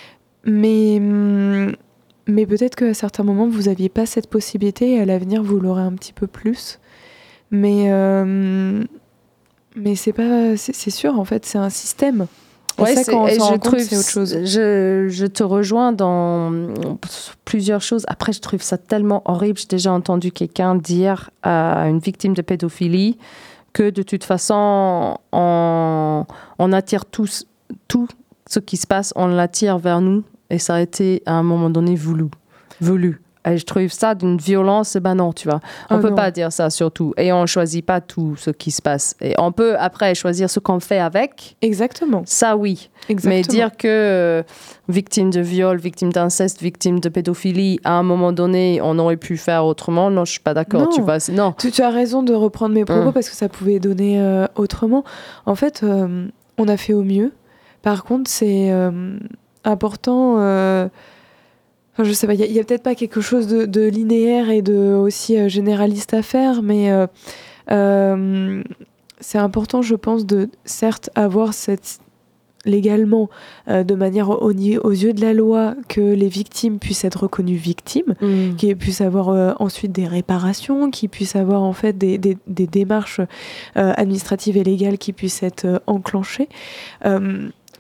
Mais, hum, mais peut-être qu'à certains moments, vous n'aviez pas cette possibilité. Et à l'avenir, vous l'aurez un petit peu plus. Mais... Euh, Mais c'est pas, c'est, c'est sûr, en fait, c'est un système. Et ouais, ça, c'est, quand on et s'en je rend trouve, compte, c'est autre chose. Je, je te rejoins dans plusieurs choses. Après, je trouve ça tellement horrible. J'ai déjà entendu quelqu'un dire à une victime de pédophilie que de toute façon, on, on attire tous, tout ce qui se passe, on l'attire vers nous. Et ça a été, à un moment donné, voulu. voulu. Et je trouve ça d'une violence, ben non, tu vois. On ne oh peut non. pas dire ça, surtout. Et on ne choisit pas tout ce qui se passe. Et on peut, après, choisir ce qu'on fait avec. Exactement. Ça, oui. Exactement. Mais dire que euh, victime de viol, victime d'inceste, victime de pédophilie, à un moment donné, on aurait pu faire autrement, non, je ne suis pas d'accord. Non. Tu vois, c'est, non. Tu, tu as raison de reprendre mes propos hum. parce que ça pouvait donner euh, autrement. En fait, euh, on a fait au mieux. Par contre, c'est euh, important... Euh, Enfin, je sais pas, il y, y a peut-être pas quelque chose de, de linéaire et de aussi euh, généraliste à faire, mais euh, euh, c'est important, je pense, de certes avoir cette légalement, euh, de manière au, aux yeux de la loi, que les victimes puissent être reconnues victimes, mmh. qu'ils puissent avoir euh, ensuite des réparations, qu'ils puissent avoir en fait des, des, des démarches euh, administratives et légales qui puissent être euh, enclenchées. Euh,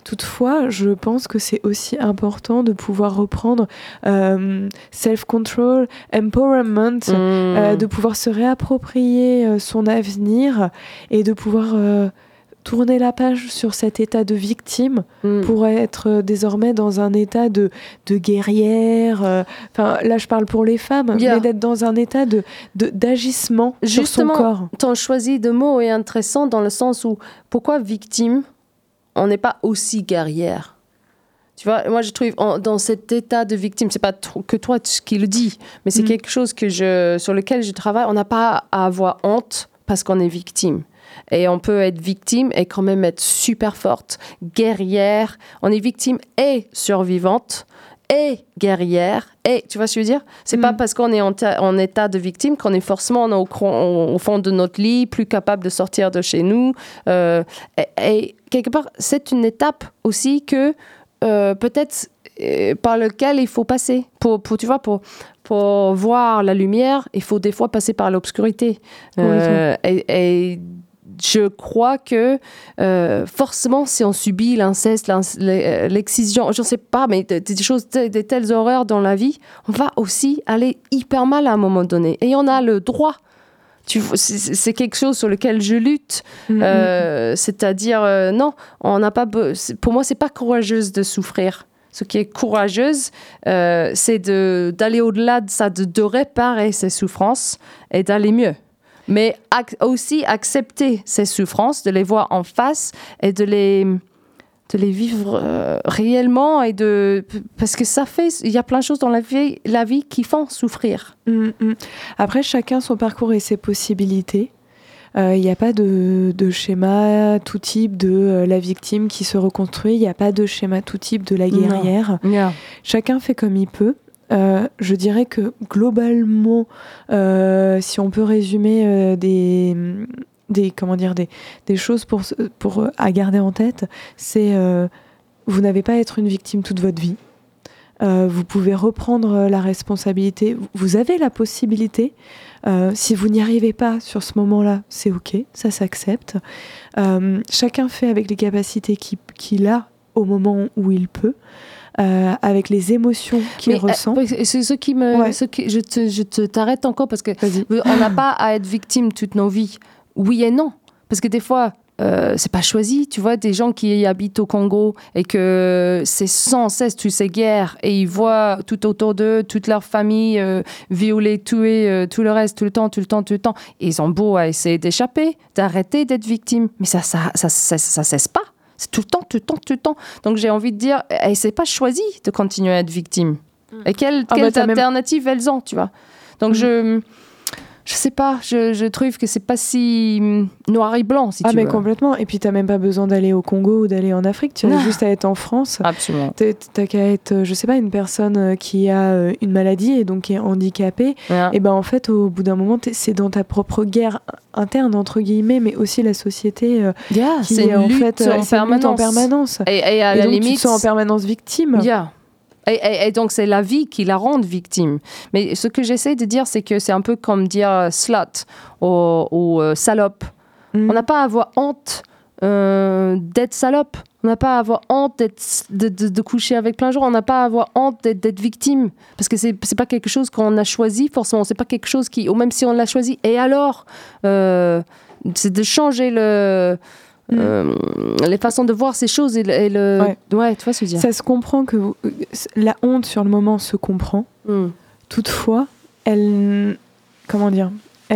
Toutefois, je pense que c'est aussi important de pouvoir reprendre euh, self-control, empowerment, mmh. euh, de pouvoir se réapproprier euh, son avenir et de pouvoir euh, tourner la page sur cet état de victime mmh. pour être euh, désormais dans un état de, de guerrière. Enfin, euh, là, je parle pour les femmes, yeah. mais d'être dans un état de, de, d'agissement Justement, sur son corps. Ton choisi de mots est intéressant dans le sens où, pourquoi victime, on n'est pas aussi guerrière? Tu vois, moi, je trouve, en, dans cet état de victime, c'est pas trop que toi qui le dis, mais c'est mmh. quelque chose que je, sur lequel je travaille. On n'a pas à avoir honte parce qu'on est victime. Et on peut être victime et quand même être super forte, guerrière. On est victime et survivante et guerrière. Et tu vois ce que je veux dire? C'est mmh. pas parce qu'on est en, ta- en état de victime qu'on est forcément au, au fond de notre lit, plus capable de sortir de chez nous. Euh, et, et quelque part, c'est une étape aussi que euh, peut-être euh, par laquelle il faut passer. Pour, pour, tu vois, pour, pour voir la lumière, il faut des fois passer par l'obscurité. Euh, et, et je crois que euh, forcément, si on subit l'inceste, l'inc- l'excision, je ne sais pas, mais des, des choses, des, des telles horreurs dans la vie, on va aussi aller hyper mal à un moment donné. Et on a le droit. Tu, c'est, c'est quelque chose sur lequel je lutte. Mm-hmm. Euh, c'est-à-dire, euh, non, on n'a pas. Be- pour moi, c'est pas courageuse de souffrir. Ce qui est courageuse, euh, c'est de, d'aller au-delà de ça, de, de réparer ses souffrances et d'aller mieux. Mais ac- aussi accepter ces souffrances, de les voir en face et de les, de les vivre euh, réellement. Et de, parce que ça fait... Il y a plein de choses dans la vie, la vie qui font souffrir. Mmh, mmh. Après, chacun son parcours et ses possibilités. Il euh, n'y a pas de, de schéma tout type de euh, la victime qui se reconstruit. Il n'y a pas de schéma tout type de la guerrière. Yeah. Chacun fait comme il peut. Euh, je dirais que globalement, euh, si on peut résumer euh, des, des, comment dire, des, des choses pour, pour, à garder en tête, c'est euh, vous n'avez pas à être une victime toute votre vie. Euh, vous pouvez reprendre la responsabilité. Vous avez la possibilité. Euh, si vous n'y arrivez pas sur ce moment-là, c'est OK, ça s'accepte. Euh, chacun fait avec les capacités qu'il, qu'il a au moment où il peut. Euh, avec les émotions qu'il Mais, ressent. Euh, c'est ce qui me, ouais. ce qui, je, te, je te t'arrête encore parce que Vas-y. On n'a pas à être victime toute nos vies. Oui et non, parce que des fois euh, c'est pas choisi. Tu vois, des gens qui habitent au Congo et que c'est sans cesse toutes ces guerres et ils voient tout autour d'eux toute leur famille euh, violée, tuée, euh, tout le reste, tout le temps, tout le temps, tout le temps. Et ils ont beau à essayer d'échapper, d'arrêter d'être victimes, mais ça, ça, ça, ça, ça, ça cesse pas. C'est tout le temps, tout le temps, tout le temps. Donc j'ai envie de dire, eh, c'est pas choisi de continuer à être victime. Mmh. Et quelles, ah quelles bah, alternatives même... elles ont, tu vois. Donc mmh. je, je sais pas, je, je trouve que c'est pas si noir et blanc, si ah tu mais veux. Complètement. Et puis t'as même pas besoin d'aller au Congo ou d'aller en Afrique. Tu as juste à être en France. Absolument. T'as, t'as qu'à être, je sais pas, une personne qui a une maladie et donc qui est handicapée. Yeah. Et ben en fait, au bout d'un moment, c'est dans ta propre guerre interne entre guillemets, mais aussi la société euh, yeah, qui c'est une en lutte fait en, c'est permanence. Une lutte en permanence. Et, et à et la donc limite, tu te sens en permanence victime. Yeah. Et, et, et donc, c'est la vie qui la rend victime. Mais ce que j'essaie de dire, c'est que c'est un peu comme dire slut ou, ou euh, salope. Mm. On n'a pas à avoir honte euh, d'être salope. On n'a pas à avoir honte d'être, de, de, de coucher avec plein de gens. On n'a pas à avoir honte d'être, d'être victime. Parce que c'est, c'est pas quelque chose qu'on a choisi, forcément. C'est pas quelque chose qui... Ou même si on l'a choisi. Et alors euh, c'est de changer le... Euh, les façons de voir ces choses et le, et le... Ouais. ouais, tu vois ce que je veux dire. Ça se comprend que vous... la honte sur le moment se comprend. Mm. Toutefois, elle, comment dire,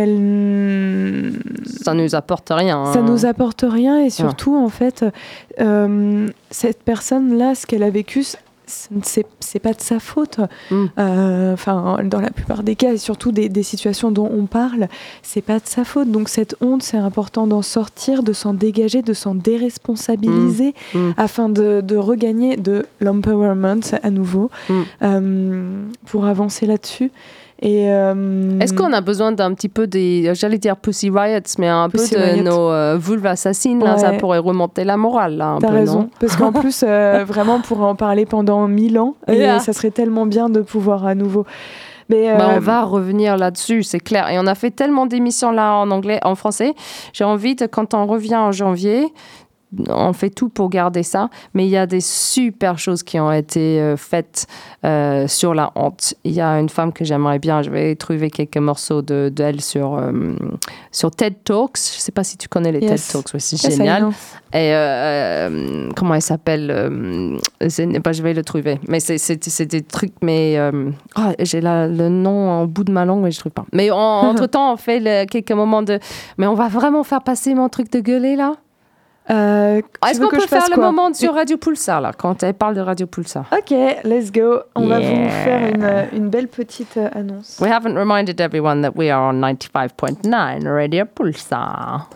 elle, ça nous apporte rien. Hein. Ça nous apporte rien et surtout ouais. en fait, euh, cette personne-là, ce qu'elle a vécu, c'est, c'est pas de sa faute. Enfin, mm. euh, dans la plupart des cas, et surtout des, des situations dont on parle, c'est pas de sa faute. Donc cette honte, c'est important d'en sortir, de s'en dégager, de s'en déresponsabiliser, mm. Mm. afin de, de regagner de l'empowerment à nouveau, mm. euh, pour avancer là-dessus. Et euh... Est-ce qu'on a besoin d'un petit peu des, j'allais dire Pussy Riots, mais un Pussy peu de Riot. nos euh, vulves assassines, là, ouais. Ça pourrait remonter la morale, là, un T'as peu, raison, non parce qu'en plus, euh, vraiment, on pourrait en parler pendant mille ans, et yeah. ça serait tellement bien de pouvoir à nouveau... Mais euh... bah, on va revenir là-dessus, c'est clair. Et on a fait tellement d'émissions là en anglais, en français. J'ai envie de, quand on revient en janvier, on fait tout pour garder ça, mais il y a des super choses qui ont été euh, faites euh, sur la honte. Il y a une femme que j'aimerais bien, je vais trouver quelques morceaux de, d'elle sur, euh, sur TED Talks. Je ne sais pas si tu connais les yes. TED Talks, ouais, c'est yes, génial. Et euh, euh, comment elle s'appelle euh, c'est, bah, je vais le trouver. Mais c'est, c'est, c'est des trucs, mais euh, oh, j'ai la, le nom au bout de ma langue, mais je ne trouve pas. Mais en, entre-temps, on fait le, quelques moments de... Mais on va vraiment faire passer mon truc de gueuler, là? Euh, Est-ce qu'on peut faire le moment sur Radio Pulsar, là, quand elle parle de Radio Pulsar? Ok, let's go. On yeah. va vous faire une, une belle petite euh, annonce. We haven't reminded everyone that we are on ninety-five point nine Radio Pulsar.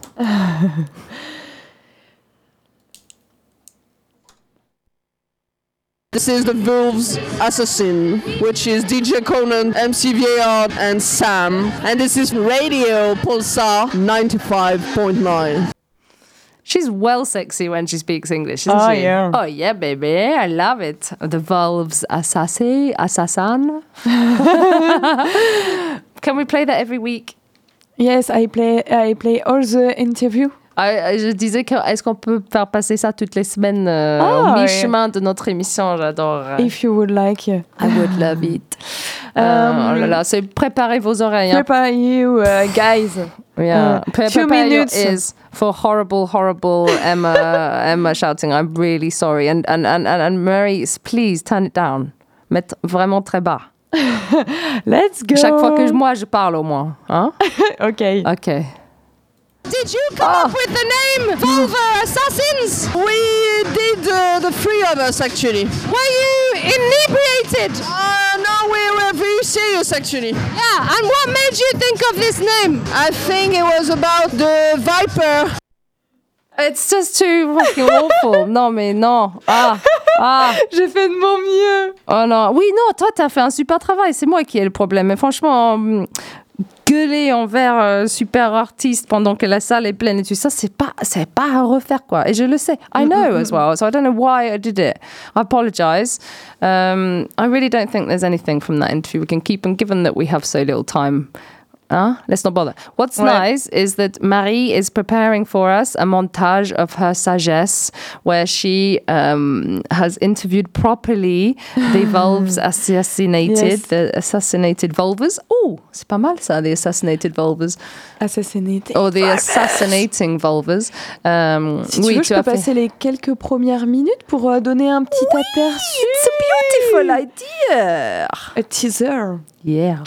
This is the Wolves Assassin, which is D J Conan, M C Vieillard and Sam. And this is Radio Pulsar ninety-five point nine. She's well sexy when she speaks English, isn't oh, she? Yeah. Oh, yeah, baby. I love it. The Wolves Assassin. Assassin. Can we play that every week? Yes, I play I play all the interview. Ah, je disais que est-ce qu'on peut faire passer ça toutes les semaines euh, oh, au mi-chemin yeah. de notre émission? J'adore. If you would like. I would love it. Um, uh, oh là là, c'est préparez vos oreilles. Prepare hein. you, uh, guys. Yeah, uh, Pre- two prepare minutes. your ears for horrible, horrible Emma, Emma shouting. I'm really sorry. And and and and Mary, please turn it down. Mettre vraiment très bas. Let's go. Chaque fois que moi je parle au moins, hein? Okay. Okay. Did you come oh. up with the name Volva Assassins? We did uh, the three of us actually. Were you inebriated? Uh, no, we were very serious actually. Yeah, and what made you think of this name? I think it was about the Viper. It's just too fucking awful. Non mais non. Ah, ah. J'ai fait de mon mieux. Oh non. Oui, non, toi t'as fait un super travail. C'est moi qui ai le problème. Mais franchement... gueuler envers un super artiste pendant que la salle est pleine et tout ça, c'est pas, c'est pas à refaire, quoi. Et je le sais. I know as well. So I don't know why I did it. I apologize. Um, I really don't think there's anything from that interview we can keep. And given that we have so little time, huh? Let's not bother. What's ouais. nice is that Marie is preparing for us a montage of her sagesse where she um, has interviewed properly the Volves assassinated, yes. the assassinated Volvers. Oh, c'est pas mal ça, the assassinated Volvers. Assassinated. Or the assassinating Volvers. Um, si tu oui, veux, tu je peux passer fait... les quelques premières minutes pour uh, donner un petit oui, aperçu. It's a beautiful idea. A teaser. Yeah.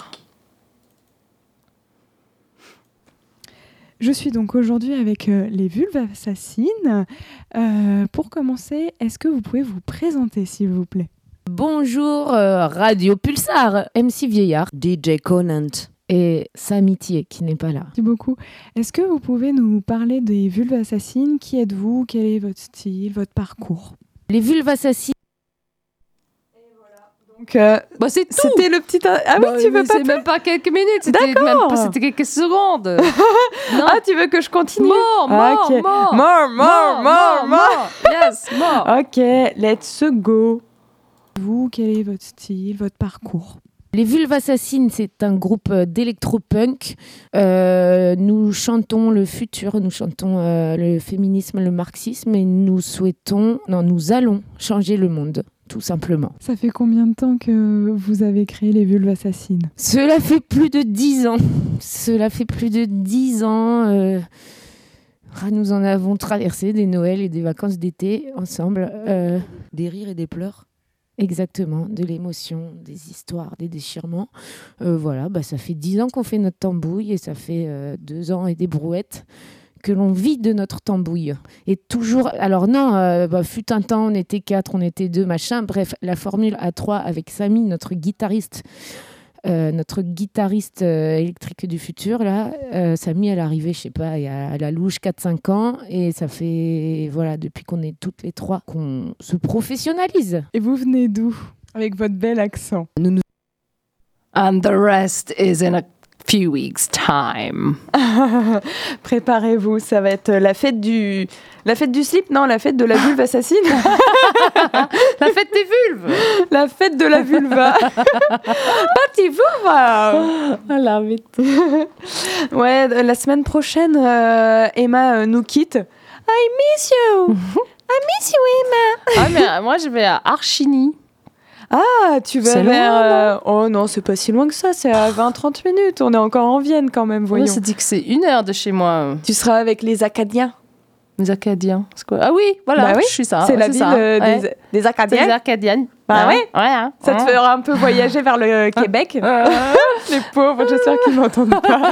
Je suis donc aujourd'hui avec euh, les Vulves Assassines. Euh, pour commencer, est-ce que vous pouvez vous présenter, s'il vous plaît? Bonjour, euh, Radio Pulsar, M C Vieillard, D J Conan et Samitié qui n'est pas là. Merci beaucoup. Est-ce que vous pouvez nous parler des Vulves Assassines? Qui êtes-vous? Quel est votre style, votre parcours? Les Vulves Assassines. Donc, euh, bah c'est tout. C'était le petit. Ah oui, bah, tu veux pas. C'est même pas quelques minutes. C'était D'accord. même pas. C'était quelques secondes. Non. Ah, tu veux que je continue? More, more, ah, okay. more, more, more, more, more, more. Yes, more. Ok, let's go. Vous, quel est votre style, votre parcours? Les Vulves Assassines, c'est un groupe d'électropunk. Euh, nous chantons le futur, nous chantons euh, le féminisme, le marxisme, et nous souhaitons, non, nous allons changer le monde. Tout simplement. Ça fait combien de temps que vous avez créé les Vulves Assassines? Cela fait plus de dix ans. Cela fait plus de dix ans. Euh... Nous en avons traversé des Noëls et des vacances d'été ensemble. Euh... Des rires et des pleurs. Exactement, de l'émotion, des histoires, des déchirements. Euh, voilà, bah, ça fait dix ans qu'on fait notre tambouille et ça fait euh, deux ans et des brouettes que l'on vit de notre tambouille. Et toujours... Alors non, euh, bah, fut un temps, on était quatre, on était deux, machin. Bref, la formule à trois avec Samy, notre guitariste, euh, notre guitariste euh, électrique du futur, là. Euh, Samy, elle est arrivée, je sais pas, il y a à la louche quatre cinq ans. Et ça fait, voilà, depuis qu'on est toutes les trois, qu'on se professionnalise. Et vous venez d'où? Avec votre bel accent. Nous, nous... And the rest is in a... few weeks time. Préparez-vous, ça va être la fête du la fête du slip, non, la fête de la vulve assassine. La fête des vulves. La fête de la vulva. Party vulva. I love it. Ouais, la semaine prochaine, euh, Emma euh, nous quitte I miss you. I miss you, Emma. Ah, mais euh, moi, je vais à Archigny. Ah, tu vas c'est vers... loin, euh, oh non, c'est pas si loin que ça, c'est à vingt à trente minutes. On est encore en Vienne quand même, voyons. On s'est dit que c'est une heure de chez moi. Tu seras avec les Acadiens. Les Acadiens, c'est quoi? Ah oui, voilà, bah oui, je suis ça. C'est ouais, la c'est ville ça. euh, Ouais. des, des Acadiens. Des Acadiennes. Bah hein, ouais. ouais hein, Ça te hein. fera un peu voyager vers le Québec. Les pauvres, j'espère qu'ils m'entendent pas.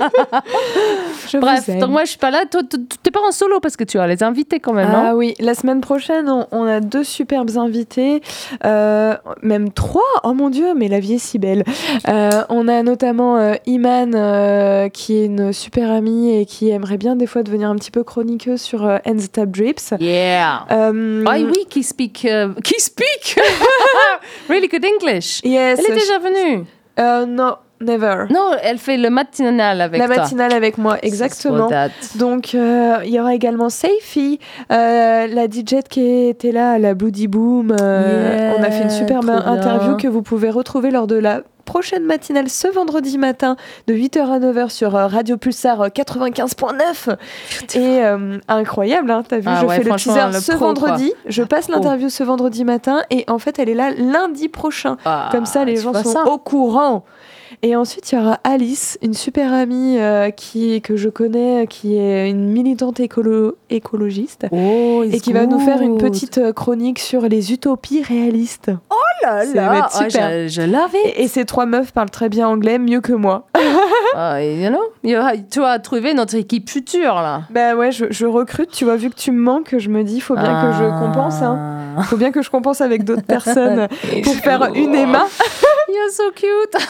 Je Bref, vous aime. donc moi je suis pas là. Toi, t- t'es pas en solo parce que tu as les invités quand même, Ah non? oui, la semaine prochaine, on, on a deux superbes invités, euh, même trois. Oh mon Dieu, mais la vie est si belle. Euh, on a notamment euh, Iman, euh, qui est une super amie et qui aimerait bien des fois devenir un petit peu chroniqueuse sur euh, And the Tap Drips. Yeah. Euh, Ah oui, qui speak, euh, qui speak really good English. Yes. Elle est déjà venue. Euh, non, never. Non, elle fait le matinal avec La toi. matinale avec moi, exactement. So that- Donc, euh, il y aura également Seifi, euh, la D J qui était là à la Bloody Boom. Euh, Yeah, on a fait une superbe trop bien. interview que vous pouvez retrouver lors de la prochaine matinale ce vendredi matin de huit heures à neuf heures sur euh, Radio Pulsar euh, quatre-vingt-quinze point neuf. Et euh, incroyable, hein, t'as vu, Ah je ouais, fais le franchement, teaser le ce pro, vendredi. quoi. Je passe Le pro. l'interview ce vendredi matin et en fait, elle est là lundi prochain. Ah, Comme ça, les tu gens vois sont ça. au courant. Et ensuite, il y aura Alice, une super amie euh, qui, que je connais, qui est une militante écolo- écologiste Oh, et qui va nous faire une petite euh, chronique sur les utopies réalistes. Oh là Ça va être là, super. je, je l'avais. Et, et ces trois meufs parlent très bien anglais, mieux que moi. Ah, you know, you ha- tu as trouvé notre équipe future là. Ben ouais, je, je recrute, tu vois, vu que tu me manques, je me dis, il faut bien que je compense. Hein. Ah. Faut bien que je compense avec d'autres personnes pour faire une Emma. You're so cute.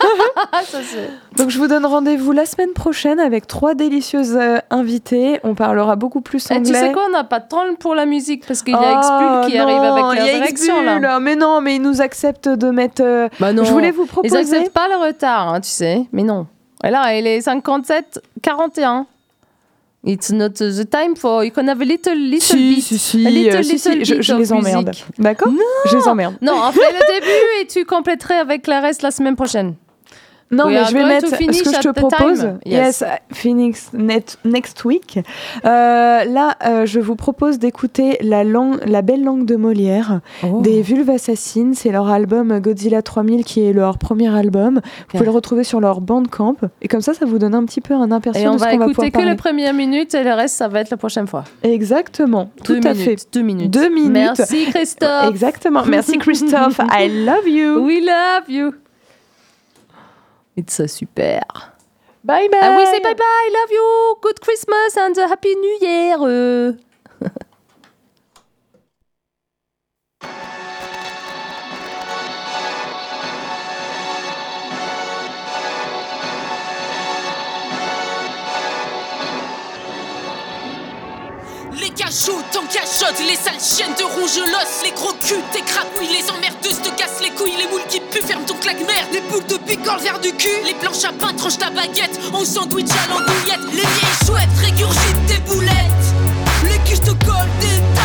Ça, c'est... Donc je vous donne rendez-vous la semaine prochaine avec trois délicieuses euh, invitées. On parlera beaucoup plus Et anglais. tu sais quoi, on n'a pas de temps pour la musique parce qu'il y a Oh, Expul qui non, arrive avec il y la a direction là. Expul. Mais non, mais ils nous acceptent de mettre... euh, Bah non. Je voulais vous Ils proposer... acceptent pas le retard, hein, tu sais. Mais non. Et là, il est cinquante-sept quarante et un. It's not the time for... You can have a little, little Si, bit. si, si, A little, euh, si, si, little je, bit je of les emmerde. musique. D'accord. Je les emmerde. Non, on fait le début et tu compléterais avec le reste la semaine prochaine. Non, We mais are je vais going mettre to ce finish que je at te the propose. time. Yes, Yes. Phoenix net, next week. Euh, là, euh, je vous propose d'écouter la, langue, la belle langue de Molière Oh. des Vulves Assassines. C'est leur album Godzilla trois mille qui est leur premier album. Vous pouvez le retrouver sur leur Bandcamp. Et comme ça, ça vous donne un petit peu un aperçu Et de on ce va qu'on va écouter pouvoir que parler. les premières minutes et le reste, ça va être la prochaine fois. Exactement, Deux tout à minutes, fait. Deux minutes. Deux minutes. Merci Christophe. Exactement. Merci Christophe. I love you. We love you. It's a super. Bye bye. And we say bye bye, love you, good Christmas and a happy new year. euh. Les cachots t'en cachottes, les sales chiennes te rongent l'os, les gros culs t'écrapouillent, les emmerdeuses te cassent les couilles, les moules qui puent ferment ton claque-merde, les boules de pique dans le verre du cul, les planches à pain tranchent ta baguette, en sandwich à l'andouillette, les vieilles chouettes régurgitent tes boulettes, les culs te collent des